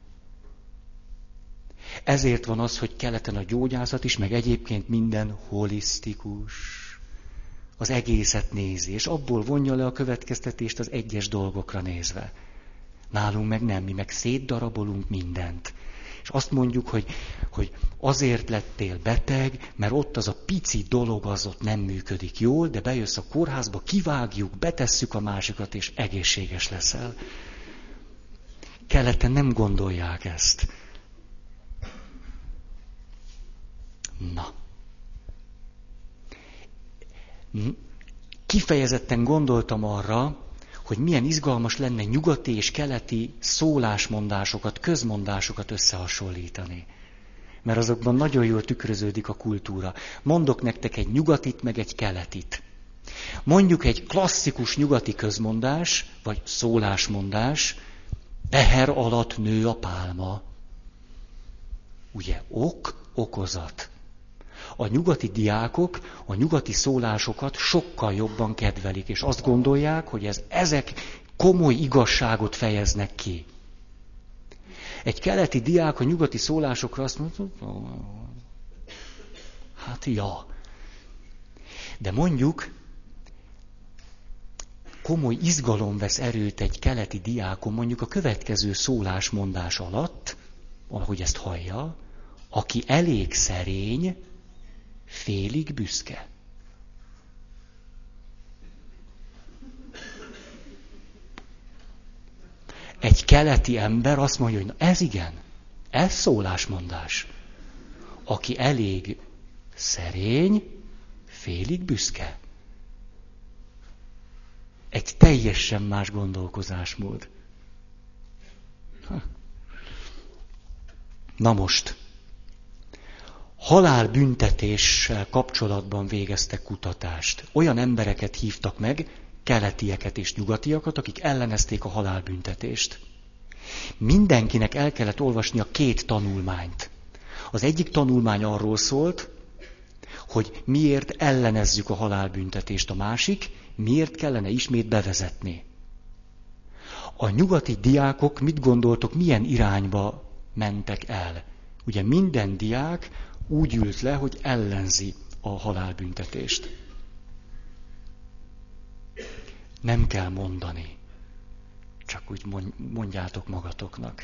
Ezért van az, hogy keleten a gyógyászat is, meg egyébként minden holisztikus. Az egészet nézi, és abból vonja le a következtetést az egyes dolgokra nézve. Nálunk meg nem, mi meg szétdarabolunk mindent. És azt mondjuk, hogy azért lettél beteg, mert ott az a pici dolog az ott nem működik jól, de bejössz a kórházba, kivágjuk, betesszük a másikat, és egészséges leszel. Keleten nem gondolják ezt. Na. Kifejezetten gondoltam arra, hogy milyen izgalmas lenne nyugati és keleti szólásmondásokat, közmondásokat összehasonlítani. Mert azokban nagyon jól tükröződik a kultúra. Mondok nektek egy nyugatit, meg egy keletit. Mondjuk egy klasszikus nyugati közmondás, vagy szólásmondás, teher alatt nő a pálma. Ugye, okozat. A nyugati diákok a nyugati szólásokat sokkal jobban kedvelik, és azt gondolják, hogy ezek komoly igazságot fejeznek ki. Egy keleti diák a nyugati szólásokra azt mondja, hát ja. De mondjuk komoly izgalom vesz erőt egy keleti diákon, mondjuk a következő szólásmondás alatt, ahogy ezt hallja, aki elég szerény, félig büszke. Egy keleti ember azt mondja, hogy na ez igen, ez szólásmondás. Aki elég szerény, félig büszke. Egy teljesen más gondolkozásmód. Na most, halálbüntetéssel kapcsolatban végeztek kutatást. Olyan embereket hívtak meg, keletieket és nyugatiakat, akik ellenezték a halálbüntetést. Mindenkinek el kellett olvasnia 2 tanulmányt. Az egyik tanulmány arról szólt, hogy miért ellenezzük a halálbüntetést, a másik, miért kellene ismét bevezetni. A nyugati diákok mit gondoltok, milyen irányba mentek el? Ugye minden diák úgy ült le, hogy ellenzi a halálbüntetést. Nem kell mondani. Csak úgy mondjátok magatoknak.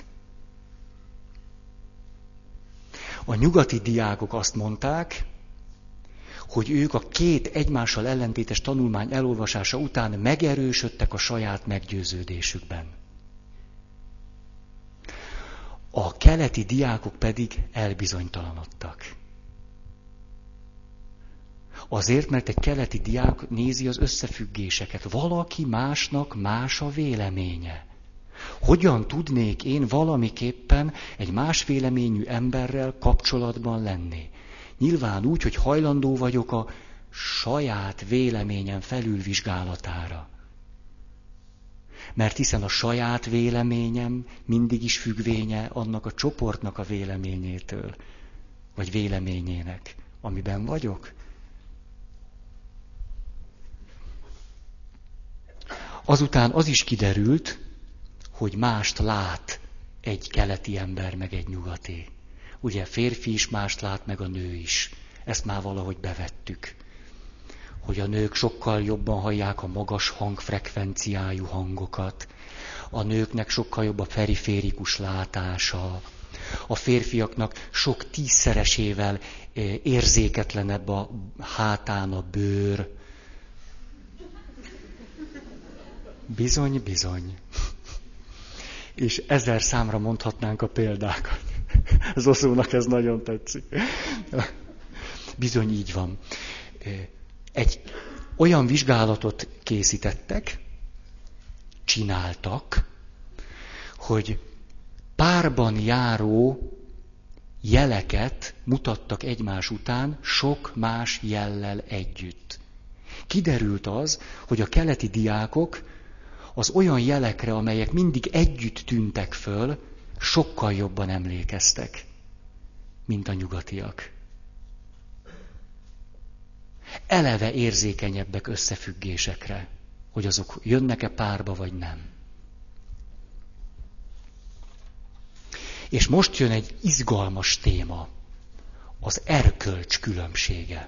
A nyugati diákok azt mondták, hogy ők a 2 egymással ellentétes tanulmány elolvasása után megerősödtek a saját meggyőződésükben. A keleti diákok pedig elbizonytalanodtak. Azért, mert egy keleti diák nézi az összefüggéseket. Valaki másnak más a véleménye. Hogyan tudnék én valamiképpen egy más véleményű emberrel kapcsolatban lenni? Nyilván úgy, hogy hajlandó vagyok a saját véleményem felülvizsgálatára. Mert hiszen a saját véleményem mindig is függvénye annak a csoportnak a véleményétől, vagy véleményének, amiben vagyok. Azután az is kiderült, hogy mást lát egy keleti ember, meg egy nyugati. Ugye férfi is mást lát, meg a nő is. Ezt már valahogy bevettük. Hogy a nők sokkal jobban hallják a magas hangfrekvenciájú hangokat. A nőknek sokkal jobb a periférikus látása. A férfiaknak sok 10-szeresével érzéketlenebb a hátán a bőr. Bizony, bizony. És 1000 számra mondhatnánk a példákat. Zoszónak ez nagyon tetszik. Bizony így van. Egy olyan vizsgálatot csináltak, hogy párban járó jeleket mutattak egymás után sok más jellel együtt. Kiderült az, hogy a keleti diákok az olyan jelekre, amelyek mindig együtt tűntek föl, sokkal jobban emlékeztek, mint a nyugatiak. Eleve érzékenyebbek összefüggésekre, hogy azok jönnek-e párba, vagy nem. És most jön egy izgalmas téma, az erkölcs különbsége.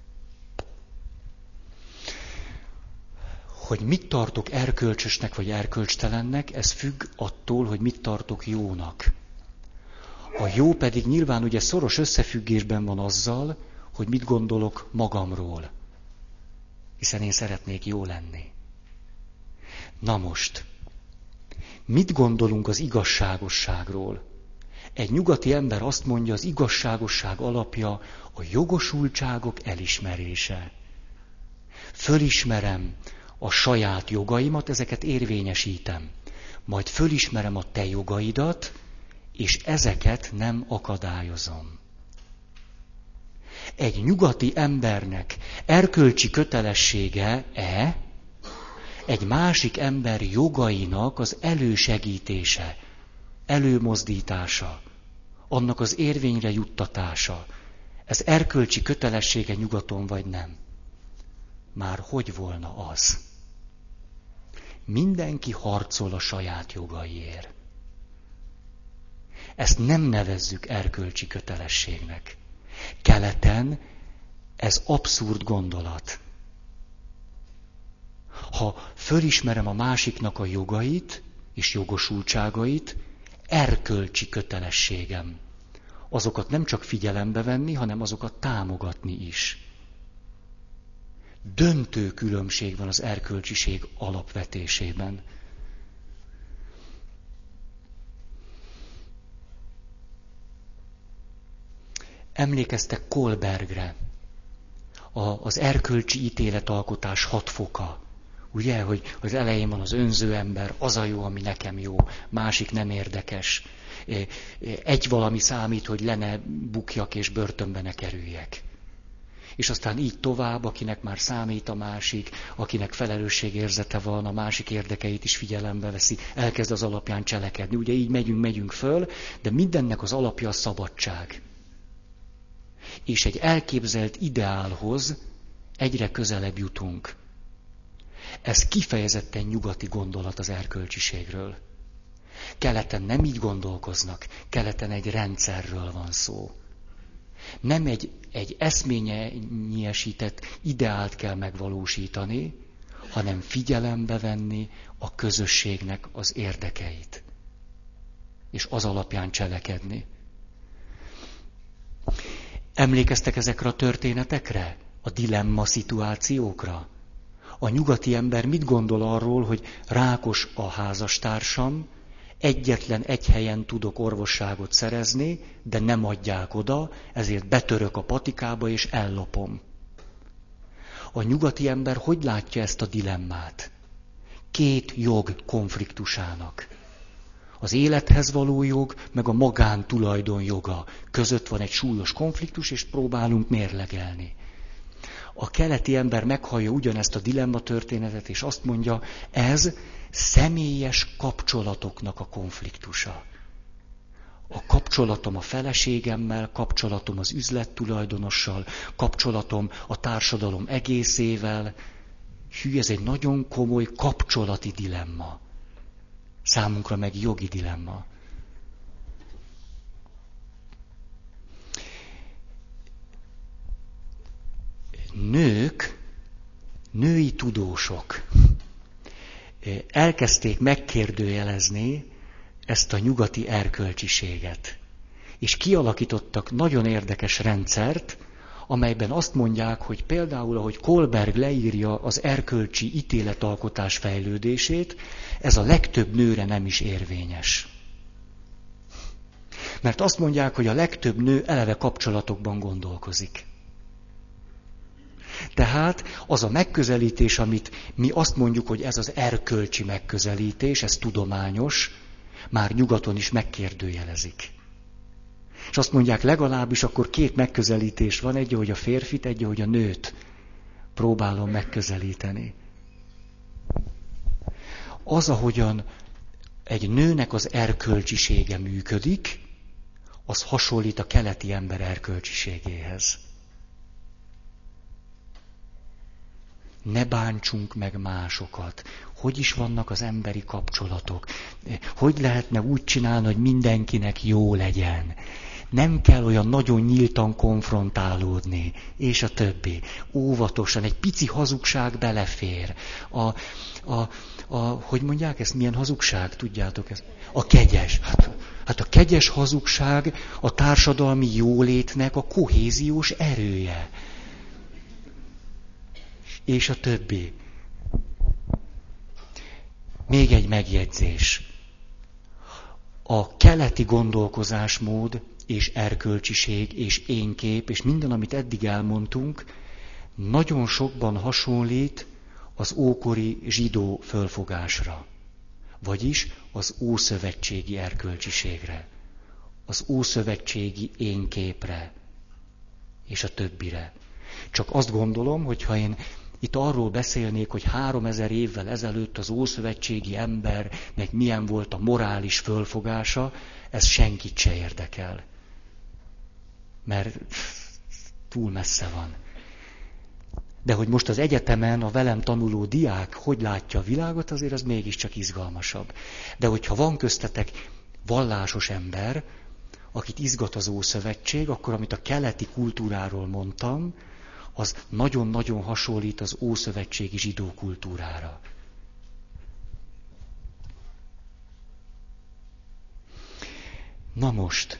Hogy mit tartok erkölcsösnek vagy erkölcstelennek, ez függ attól, hogy mit tartok jónak. A jó pedig nyilván ugye szoros összefüggésben van azzal, hogy mit gondolok magamról. Hiszen én szeretnék jó lenni. Na most, mit gondolunk az igazságosságról? Egy nyugati ember azt mondja, az igazságosság alapja a jogosultságok elismerése. Fölismerem a saját jogaimat, ezeket érvényesítem. Majd fölismerem a te jogaidat, és ezeket nem akadályozom. Egy nyugati embernek erkölcsi kötelessége-e egy másik ember jogainak az elősegítése, előmozdítása, annak az érvényre juttatása. Ez erkölcsi kötelessége nyugaton vagy nem? Már hogy volna az? Mindenki harcol a saját jogaiért. Ezt nem nevezzük erkölcsi kötelességnek. Keleten ez abszurd gondolat. Ha fölismerem a másiknak a jogait és jogosultságait, erkölcsi kötelességem. Azokat nem csak figyelembe venni, hanem azokat támogatni is. Döntő különbség van az erkölcsiség alapvetésében. Emlékeztek Kohlbergre, az erkölcsi ítéletalkotás 6 foka. Ugye, hogy az elején van az önző ember, az a jó, ami nekem jó, másik nem érdekes. Egy valami számít, hogy le ne bukjak és börtönbe ne kerüljek. És aztán így tovább, akinek már számít a másik, akinek felelősségérzete van, a másik érdekeit is figyelembe veszi, elkezd az alapján cselekedni. Ugye így megyünk föl, de mindennek az alapja a szabadság. És egy elképzelt ideálhoz egyre közelebb jutunk. Ez kifejezetten nyugati gondolat az erkölcsiségről. Keleten nem így gondolkoznak, keleten egy rendszerről van szó. Nem egy eszményesített ideált kell megvalósítani, hanem figyelembe venni a közösségnek az érdekeit. És az alapján cselekedni. Emlékeztek ezekre a történetekre? A dilemma szituációkra? A nyugati ember mit gondol arról, hogy rákos a házastársam, egyetlen egy helyen tudok orvosságot szerezni, de nem adják oda, ezért betörök a patikába és ellopom. A nyugati ember hogy látja ezt a dilemmát? Két jog konfliktusának. Az élethez való jog, meg a magántulajdon joga között van egy súlyos konfliktus, és próbálunk mérlegelni. A keleti ember meghallja ugyanezt a dilemma történetet, és azt mondja, ez személyes kapcsolatoknak a konfliktusa. A kapcsolatom a feleségemmel, kapcsolatom az üzlettulajdonossal, kapcsolatom a társadalom egészével. Hű, ez egy nagyon komoly kapcsolati dilemma. Számunkra meg jogi dilemma. Női tudósok elkezdték megkérdőjelezni ezt a nyugati erkölcsiséget. És kialakítottak nagyon érdekes rendszert, amelyben azt mondják, hogy például, ahogy Kohlberg leírja az erkölcsi ítéletalkotás fejlődését, ez a legtöbb nőre nem is érvényes. Mert azt mondják, hogy a legtöbb nő eleve kapcsolatokban gondolkozik. Tehát az a megközelítés, amit mi azt mondjuk, hogy ez az erkölcsi megközelítés, ez tudományos, már nyugaton is megkérdőjelezik. És azt mondják, legalábbis akkor két megközelítés van, egy, ahogy a férfit, egy, ahogy a nőt próbálom megközelíteni. Az, ahogyan egy nőnek az erkölcsisége működik, az hasonlít a keleti ember erkölcsiségéhez. Ne bántsunk meg másokat. Hogy is vannak az emberi kapcsolatok? Hogy lehetne úgy csinálni, hogy mindenkinek jó legyen? Nem kell olyan nagyon nyíltan konfrontálódni, és a többi. Óvatosan, egy pici hazugság belefér. Hogy mondják ezt? Milyen hazugság? Tudjátok ezt? A kegyes. Hát a kegyes hazugság a társadalmi jólétnek a kohéziós erője. És a többi. Még egy megjegyzés. A keleti gondolkozásmód és erkölcsiség és énkép és minden, amit eddig elmondtunk, nagyon sokban hasonlít az ókori zsidó fölfogásra. Vagyis az ószövetségi erkölcsiségre. Az ószövetségi énképre. És a többire. Csak azt gondolom, hogy ha én itt arról beszélnék, hogy 3000 évvel ezelőtt az ószövetségi embernek milyen volt a morális fölfogása, ez senkit se érdekel. Mert túl messze van. De hogy most az egyetemen a velem tanuló diák hogy látja a világot, azért az mégiscsak izgalmasabb. De hogyha van köztetek vallásos ember, akit izgat az Ószövetség, akkor amit a keleti kultúráról mondtam, az nagyon-nagyon hasonlít az ószövetségi zsidó kultúrára. Na most,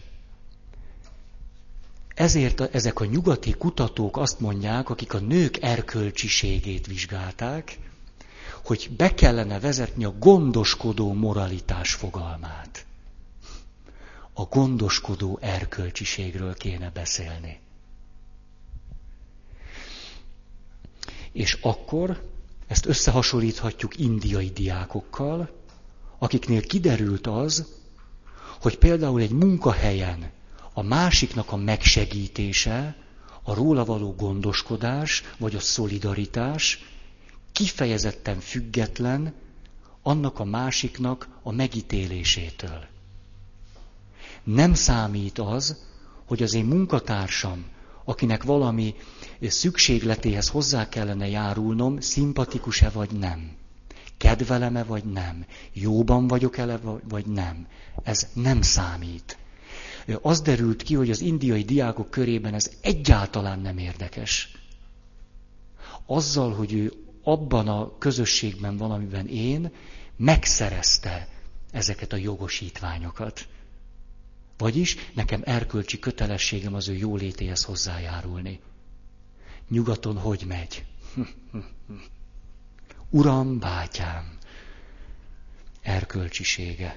ezért ezek a nyugati kutatók azt mondják, akik a nők erkölcsiségét vizsgálták, hogy be kellene vezetni a gondoskodó moralitás fogalmát. A gondoskodó erkölcsiségről kéne beszélni. És akkor ezt összehasonlíthatjuk indiai diákokkal, akiknél kiderült az, hogy például egy munkahelyen a másiknak a megsegítése, a róla való gondoskodás, vagy a szolidaritás kifejezetten független annak a másiknak a megítélésétől. Nem számít az, hogy az én munkatársam, akinek valami szükségletéhez hozzá kellene járulnom, szimpatikus-e vagy nem. Kedvelem-e vagy nem. Jóban vagyok-e vagy nem. Ez nem számít. Az derült ki, hogy az indiai diákok körében ez egyáltalán nem érdekes. Azzal, hogy ő abban a közösségben van, amiben én, megszerezte ezeket a jogosítványokat. Vagyis nekem erkölcsi kötelességem az ő jólétéhez hozzájárulni. Nyugaton hogy megy? Uram, bátyám, erkölcsisége.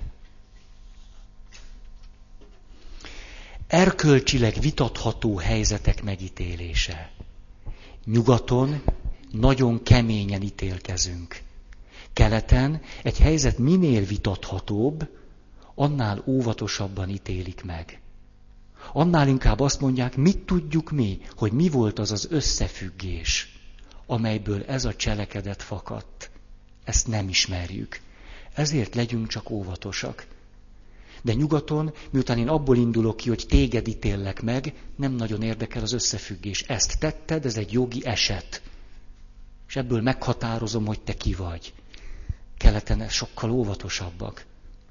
Erkölcsileg vitatható helyzetek megítélése. Nyugaton nagyon keményen ítélkezünk. Keleten egy helyzet minél vitathatóbb, annál óvatosabban ítélik meg. Annál inkább azt mondják, mit tudjuk mi, hogy mi volt az az összefüggés, amelyből ez a cselekedet fakadt. Ezt nem ismerjük. Ezért legyünk csak óvatosak. De nyugaton, miután én abból indulok ki, hogy téged ítéllek meg, nem nagyon érdekel az összefüggés. Ezt tetted, ez egy jogi eset. És ebből meghatározom, hogy te ki vagy. Keleten sokkal óvatosabbak.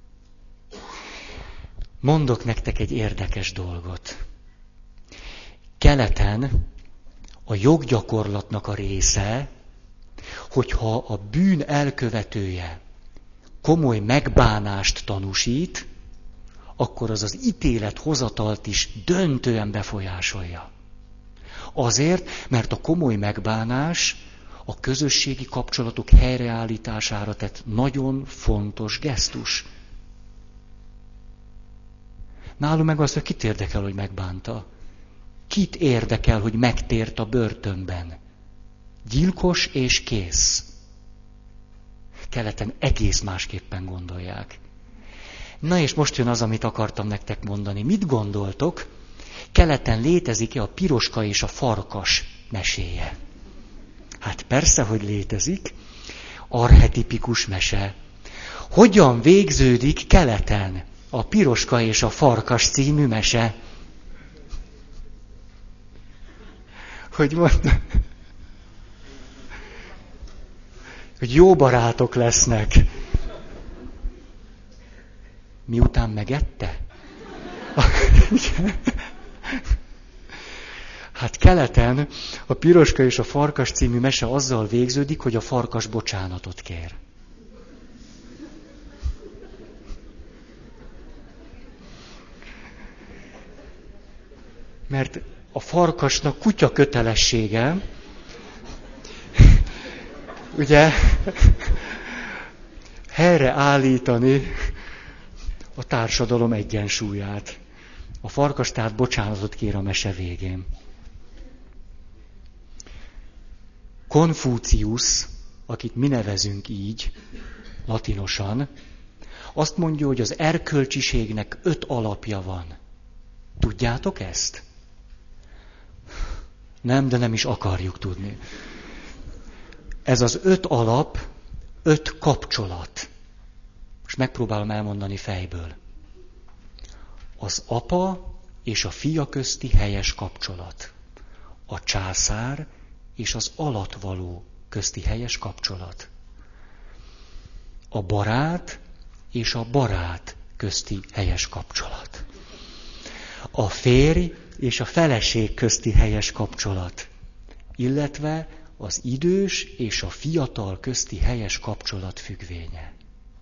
Mondok nektek egy érdekes dolgot. Keleten a joggyakorlatnak a része, hogyha a bűn elkövetője komoly megbánást tanúsít, akkor az az ítélethozatalt is döntően befolyásolja. Azért, mert a komoly megbánás a közösségi kapcsolatok helyreállítására tett nagyon fontos gesztus. Nálunk meg azt, hogy kit érdekel, hogy megbánta? Kit érdekel, hogy megtért a börtönben? Gyilkos és kész. Keleten egész másképpen gondolják. Na és most jön az, amit akartam nektek mondani. Mit gondoltok? Keleten létezik-e a piroska és a farkas meséje? Hát persze, hogy létezik. Archetipikus mese. Hogyan végződik keleten a piroska és a farkas című mese? Hogy mondtam? Hogy jó barátok lesznek. Miután megette? Hát keleten a piroska és a farkas című mese azzal végződik, hogy a farkas bocsánatot kér. Mert a farkasnak kutya kötelessége, ugye, helyreállítani a társadalom egyensúlyát. A farkas tehát bocsánatot kér a mese végén. Konfúciusz, akit mi nevezünk így, latinosan, azt mondja, hogy az erkölcsiségnek 5 alapja van. Tudjátok ezt? Nem, de nem is akarjuk tudni. Ez az 5 alap, 5 kapcsolat. Most megpróbálom elmondani fejből. Az apa és a fia közti helyes kapcsolat. A császár és az alattvaló közti helyes kapcsolat. A barát és a barát közti helyes kapcsolat. A férj és a feleség közti helyes kapcsolat. Illetve az idős és a fiatal közti helyes kapcsolat függvénye.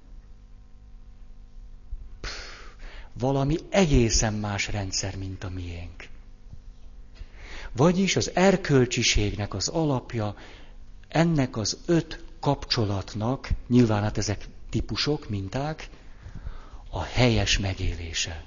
Valami egészen más rendszer, mint a miénk. Vagyis az erkölcsiségnek az alapja ennek az 5 kapcsolatnak, nyilván hát ezek típusok, minták, a helyes megélése.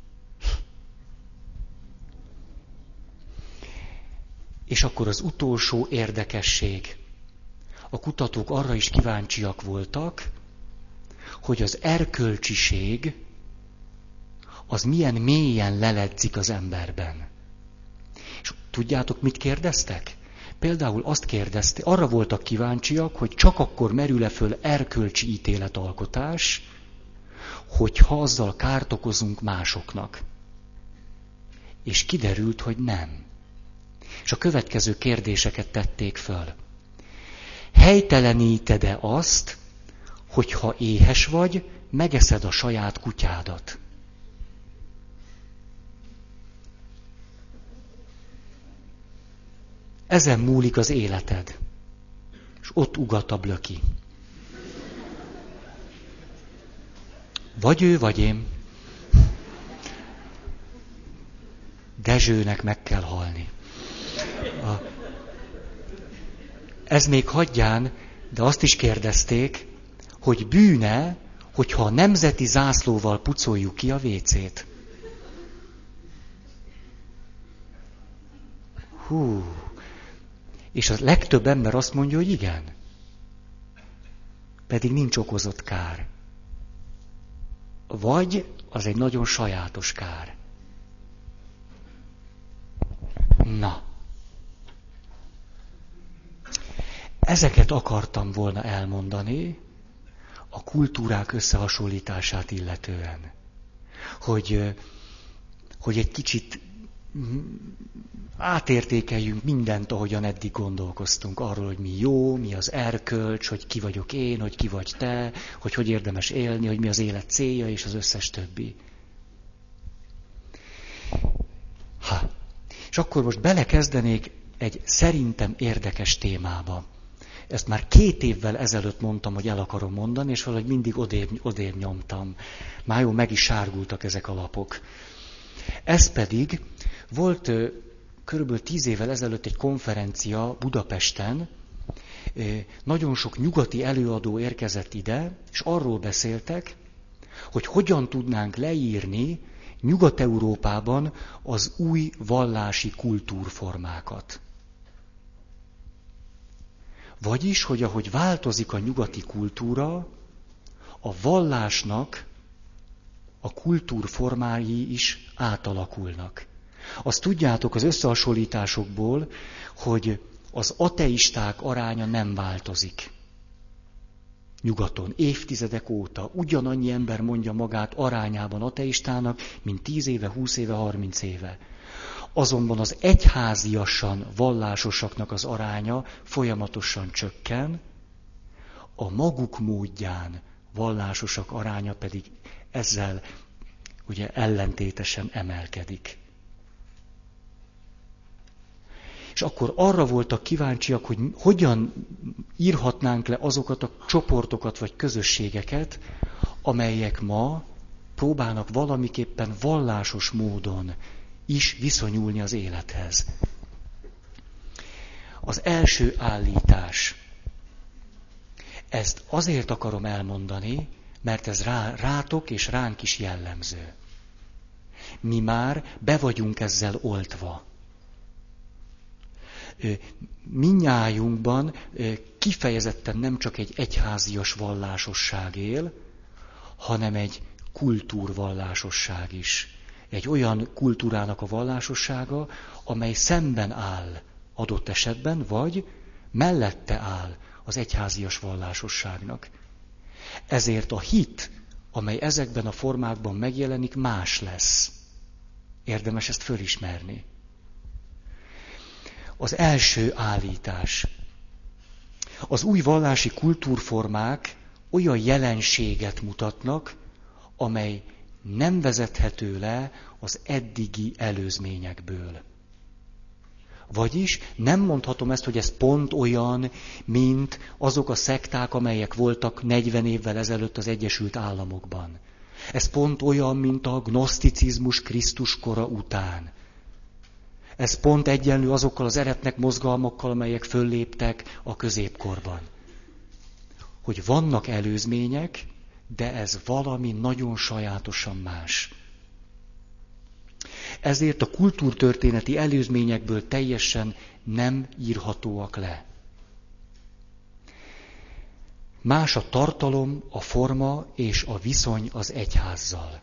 És akkor az utolsó érdekesség. A kutatók arra is kíváncsiak voltak, hogy az erkölcsiség az milyen mélyen leledzik az emberben. És tudjátok, mit kérdeztek? Például azt kérdezték, arra voltak kíváncsiak, hogy csak akkor merül-e föl erkölcsi ítéletalkotás, hogyha azzal kárt okozunk másoknak. És kiderült, hogy nem. És a következő kérdéseket tették föl. Helyteleníted-e azt, hogyha éhes vagy, megeszed a saját kutyádat? Ezen múlik az életed. És ott ugat a blöki. Vagy ő, vagy én. Dezsőnek meg kell halni. Ez még hagyján, de azt is kérdezték, hogy bűne, hogyha a nemzeti zászlóval pucoljuk ki a vécét. Hú. És a legtöbb ember azt mondja, hogy igen. Pedig nincs okozott kár. Vagy az egy nagyon sajátos kár. Na. Ezeket akartam volna elmondani a kultúrák összehasonlítását illetően. Hogy egy kicsit átértékeljünk mindent, ahogyan eddig gondolkoztunk. Arról, hogy mi jó, mi az erkölcs, hogy ki vagyok én, hogy ki vagy te, hogy érdemes élni, hogy mi az élet célja, és az összes többi. És akkor most belekezdenék egy szerintem érdekes témába. Ezt már 2 évvel ezelőtt mondtam, hogy el akarom mondani, és valahogy mindig odébb nyomtam. Már jó, meg is sárgultak ezek a lapok. Ez pedig volt körülbelül 10 évvel ezelőtt egy konferencia Budapesten, nagyon sok nyugati előadó érkezett ide, és arról beszéltek, hogy hogyan tudnánk leírni Nyugat-Európában az új vallási kultúrformákat. Vagyis, hogy ahogy változik a nyugati kultúra, a vallásnak a kultúrformái is átalakulnak. Azt tudjátok az összehasonlításokból, hogy az ateisták aránya nem változik. Nyugaton évtizedek óta ugyanannyi ember mondja magát arányában ateistának, mint 10 éve, 20 éve, 30 éve. Azonban az egyháziasan vallásosaknak az aránya folyamatosan csökken, a maguk módján vallásosak aránya pedig ezzel ugye ellentétesen emelkedik. És akkor arra voltak kíváncsiak, hogy hogyan írhatnánk le azokat a csoportokat vagy közösségeket, amelyek ma próbálnak valamiképpen vallásos módon is viszonyulni az élethez. Az első állítás. Ezt azért akarom elmondani, mert ez rátok és ránk is jellemző. Mi már be vagyunk ezzel oltva. Mindnyájunkban kifejezetten nem csak egy egyházias vallásosság él, hanem egy kultúrvallásosság is. Egy olyan kultúrának a vallásossága, amely szemben áll adott esetben, vagy mellette áll az egyházias vallásosságnak. Ezért a hit, amely ezekben a formákban megjelenik, más lesz. Érdemes ezt fölismerni. Az első állítás. Az új vallási kultúrformák olyan jelenséget mutatnak, amely nem vezethető le az eddigi előzményekből. Vagyis nem mondhatom ezt, hogy ez pont olyan, mint azok a szekták, amelyek voltak 40 évvel ezelőtt az Egyesült Államokban. Ez pont olyan, mint a gnoszticizmus Krisztus kora után. Ez pont egyenlő azokkal az eretnek mozgalmakkal, amelyek fölléptek a középkorban. Hogy vannak előzmények, de ez valami nagyon sajátosan más. Ezért a kultúrtörténeti előzményekből teljesen nem írhatóak le. Más a tartalom, a forma és a viszony az egyházzal.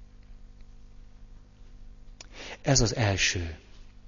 Ez az első.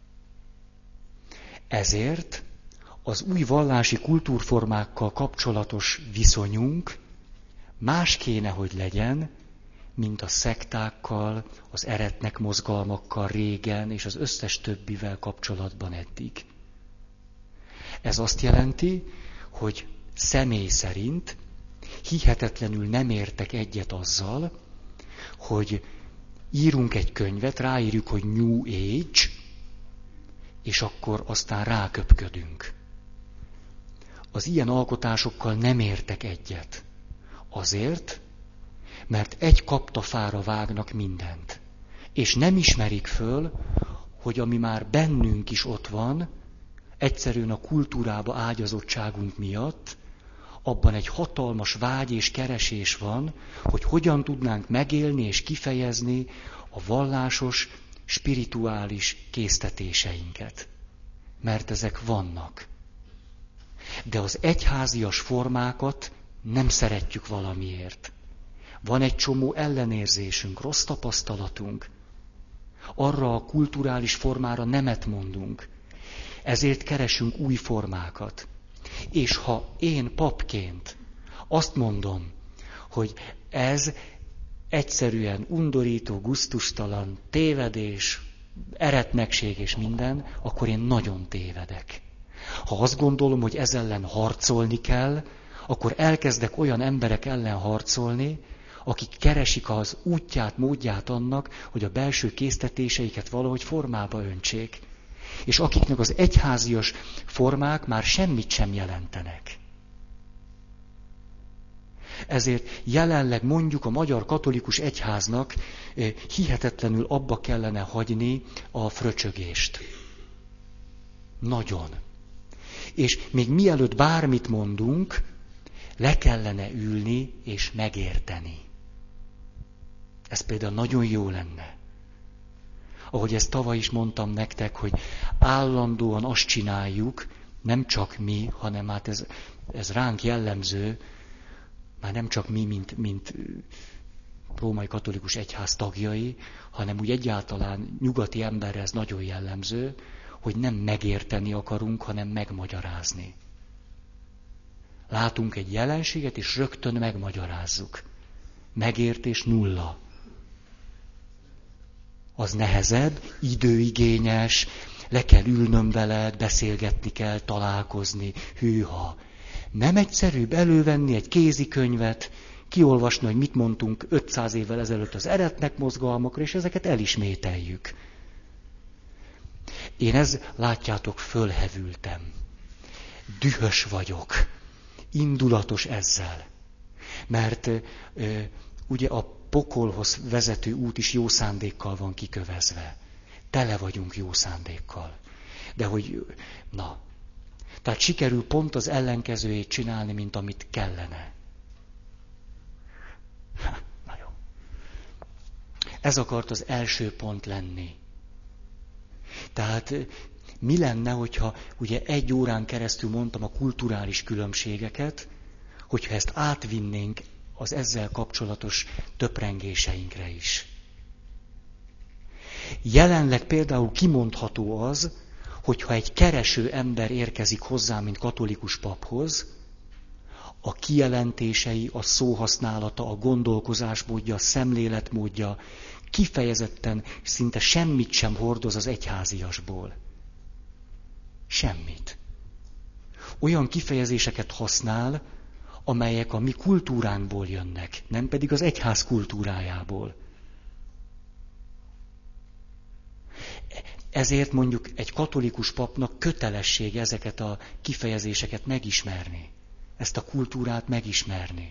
Ezért az új vallási kultúrformákkal kapcsolatos viszonyunk más kéne, hogy legyen, mint a szektákkal, az eretnek mozgalmakkal régen, és az összes többivel kapcsolatban eddig. Ez azt jelenti, hogy személy szerint hihetetlenül nem értek egyet azzal, hogy írunk egy könyvet, ráírjuk, hogy New Age, és akkor aztán ráköpködünk. Az ilyen alkotásokkal nem értek egyet. Azért, mert egy kaptafára vágnak mindent. És nem ismerik föl, hogy ami már bennünk is ott van, egyszerűen a kultúrába ágyazottságunk miatt, abban egy hatalmas vágy és keresés van, hogy hogyan tudnánk megélni és kifejezni a vallásos, spirituális késztetéseinket. Mert ezek vannak. De az egyházias formákat nem szeretjük valamiért. Van egy csomó ellenérzésünk, rossz tapasztalatunk. Arra a kulturális formára nemet mondunk. Ezért keresünk új formákat. És ha én papként azt mondom, hogy ez egyszerűen undorító, gusztustalan, tévedés, eretnekség és minden, akkor én nagyon tévedek. Ha azt gondolom, hogy ez ellen harcolni kell, akkor elkezdek olyan emberek ellen harcolni, akik keresik az útját, módját annak, hogy a belső késztetéseiket valahogy formába öntsék. És akiknek az egyházias formák már semmit sem jelentenek. Ezért jelenleg mondjuk a Magyar Katolikus Egyháznak hihetetlenül abba kellene hagyni a fröcsögést. Nagyon. És még mielőtt bármit mondunk, le kellene ülni és megérteni. Ez például nagyon jó lenne. Ahogy ezt tavaly is mondtam nektek, hogy állandóan azt csináljuk, nem csak mi, hanem hát ez ránk jellemző, már nem csak mi, mint római katolikus egyház tagjai, hanem úgy egyáltalán nyugati emberre ez nagyon jellemző, hogy nem megérteni akarunk, hanem megmagyarázni. Látunk egy jelenséget, és rögtön megmagyarázzuk. Megértés nulla. Az nehezebb, időigényes, le kell ülnöm veled, beszélgetni kell, találkozni, hűha. Nem egyszerűbb elővenni egy kézikönyvet, kiolvasni, hogy mit mondtunk 500 évvel ezelőtt az eretnek mozgalmakra, és ezeket elismételjük. Én látjátok, fölhevültem. Dühös vagyok. Indulatos ezzel. Mert ugye a pokolhoz vezető út is jó szándékkal van kikövezve. Tele vagyunk jó szándékkal. De hogy, tehát sikerül pont az ellenkezőjét csinálni, mint amit kellene. Na jó. Ez akart az első pont lenni. Tehát mi lenne, hogyha ugye 1 órán keresztül mondtam a kulturális különbségeket, hogyha ezt átvinnénk az ezzel kapcsolatos töprengéseinkre is. Jelenleg például kimondható az, hogyha egy kereső ember érkezik hozzám, mint katolikus paphoz, a kijelentései, a szóhasználata, a gondolkozásmódja, a szemléletmódja kifejezetten szinte semmit sem hordoz az egyháziasból. Semmit. Olyan kifejezéseket használ, amelyek a mi kultúránkból jönnek, nem pedig az egyház kultúrájából. Ezért mondjuk egy katolikus papnak kötelessége ezeket a kifejezéseket megismerni, ezt a kultúrát megismerni.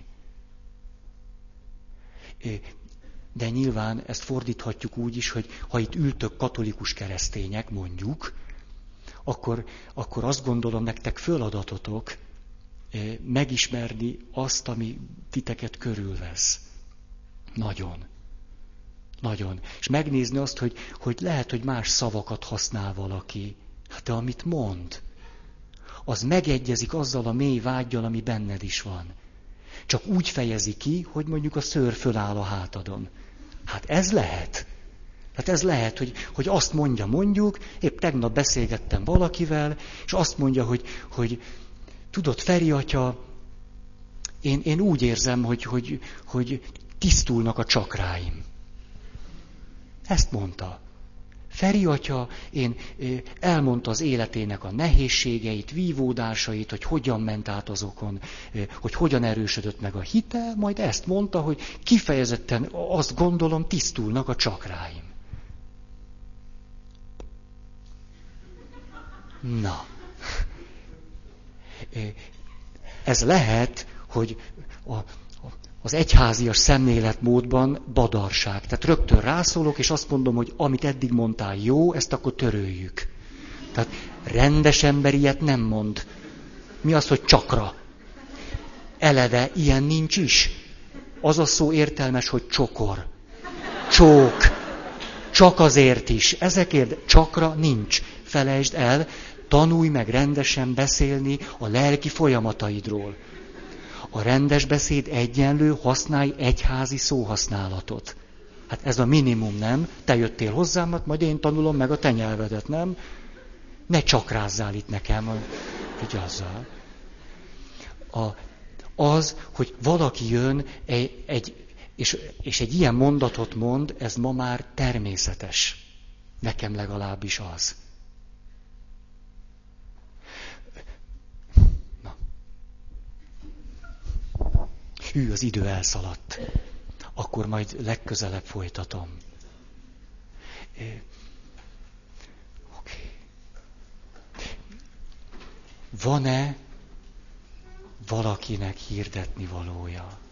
De nyilván ezt fordíthatjuk úgy is, hogy ha itt ültök katolikus keresztények, mondjuk, akkor azt gondolom, nektek föladatotok megismerni azt, ami titeket körülvesz. Nagyon. Nagyon. És megnézni azt, hogy lehet, hogy más szavakat használ valaki. De amit mond, az megegyezik azzal a mély vággyal, ami benned is van. Csak úgy fejezi ki, hogy mondjuk a szőr föláll a hátadon. Hát ez lehet. Hát ez lehet, hogy azt mondja mondjuk, épp tegnap beszélgettem valakivel, és azt mondja, hogy tudod, Feri atya, én úgy érzem, hogy tisztulnak a csakráim. Ezt mondta. Feri atya, elmondta az életének a nehézségeit, vívódásait, hogy hogyan ment át azokon, hogy hogyan erősödött meg a hite, majd ezt mondta, hogy kifejezetten azt gondolom, tisztulnak a csakráim. Na. Ez lehet, hogy az egyházias szemléletmódban badarság. Tehát rögtön rászólok, és azt mondom, hogy amit eddig mondtál jó, ezt akkor töröljük. Tehát rendes ember ilyet nem mond. Mi az, hogy csakra? Eleve ilyen nincs is. Az a szó értelmes, hogy csokor. Csók. Csak azért is. Ezekért csakra nincs. Felejtsd el, tanulj meg rendesen beszélni a lelki folyamataidról. A rendes beszéd egyenlő, használj egyházi szóhasználatot. Hát ez a minimum, nem? Te jöttél hozzám, hát majd én tanulom meg a te nyelvedet, nem? Ne csakrázzál itt nekem, vigyázzál. Az, hogy valaki jön és egy ilyen mondatot mond, ez ma már természetes. Nekem legalábbis az. Na. Hű, az idő elszaladt. Akkor majd legközelebb folytatom. Okay. Van-e valakinek hirdetni valója?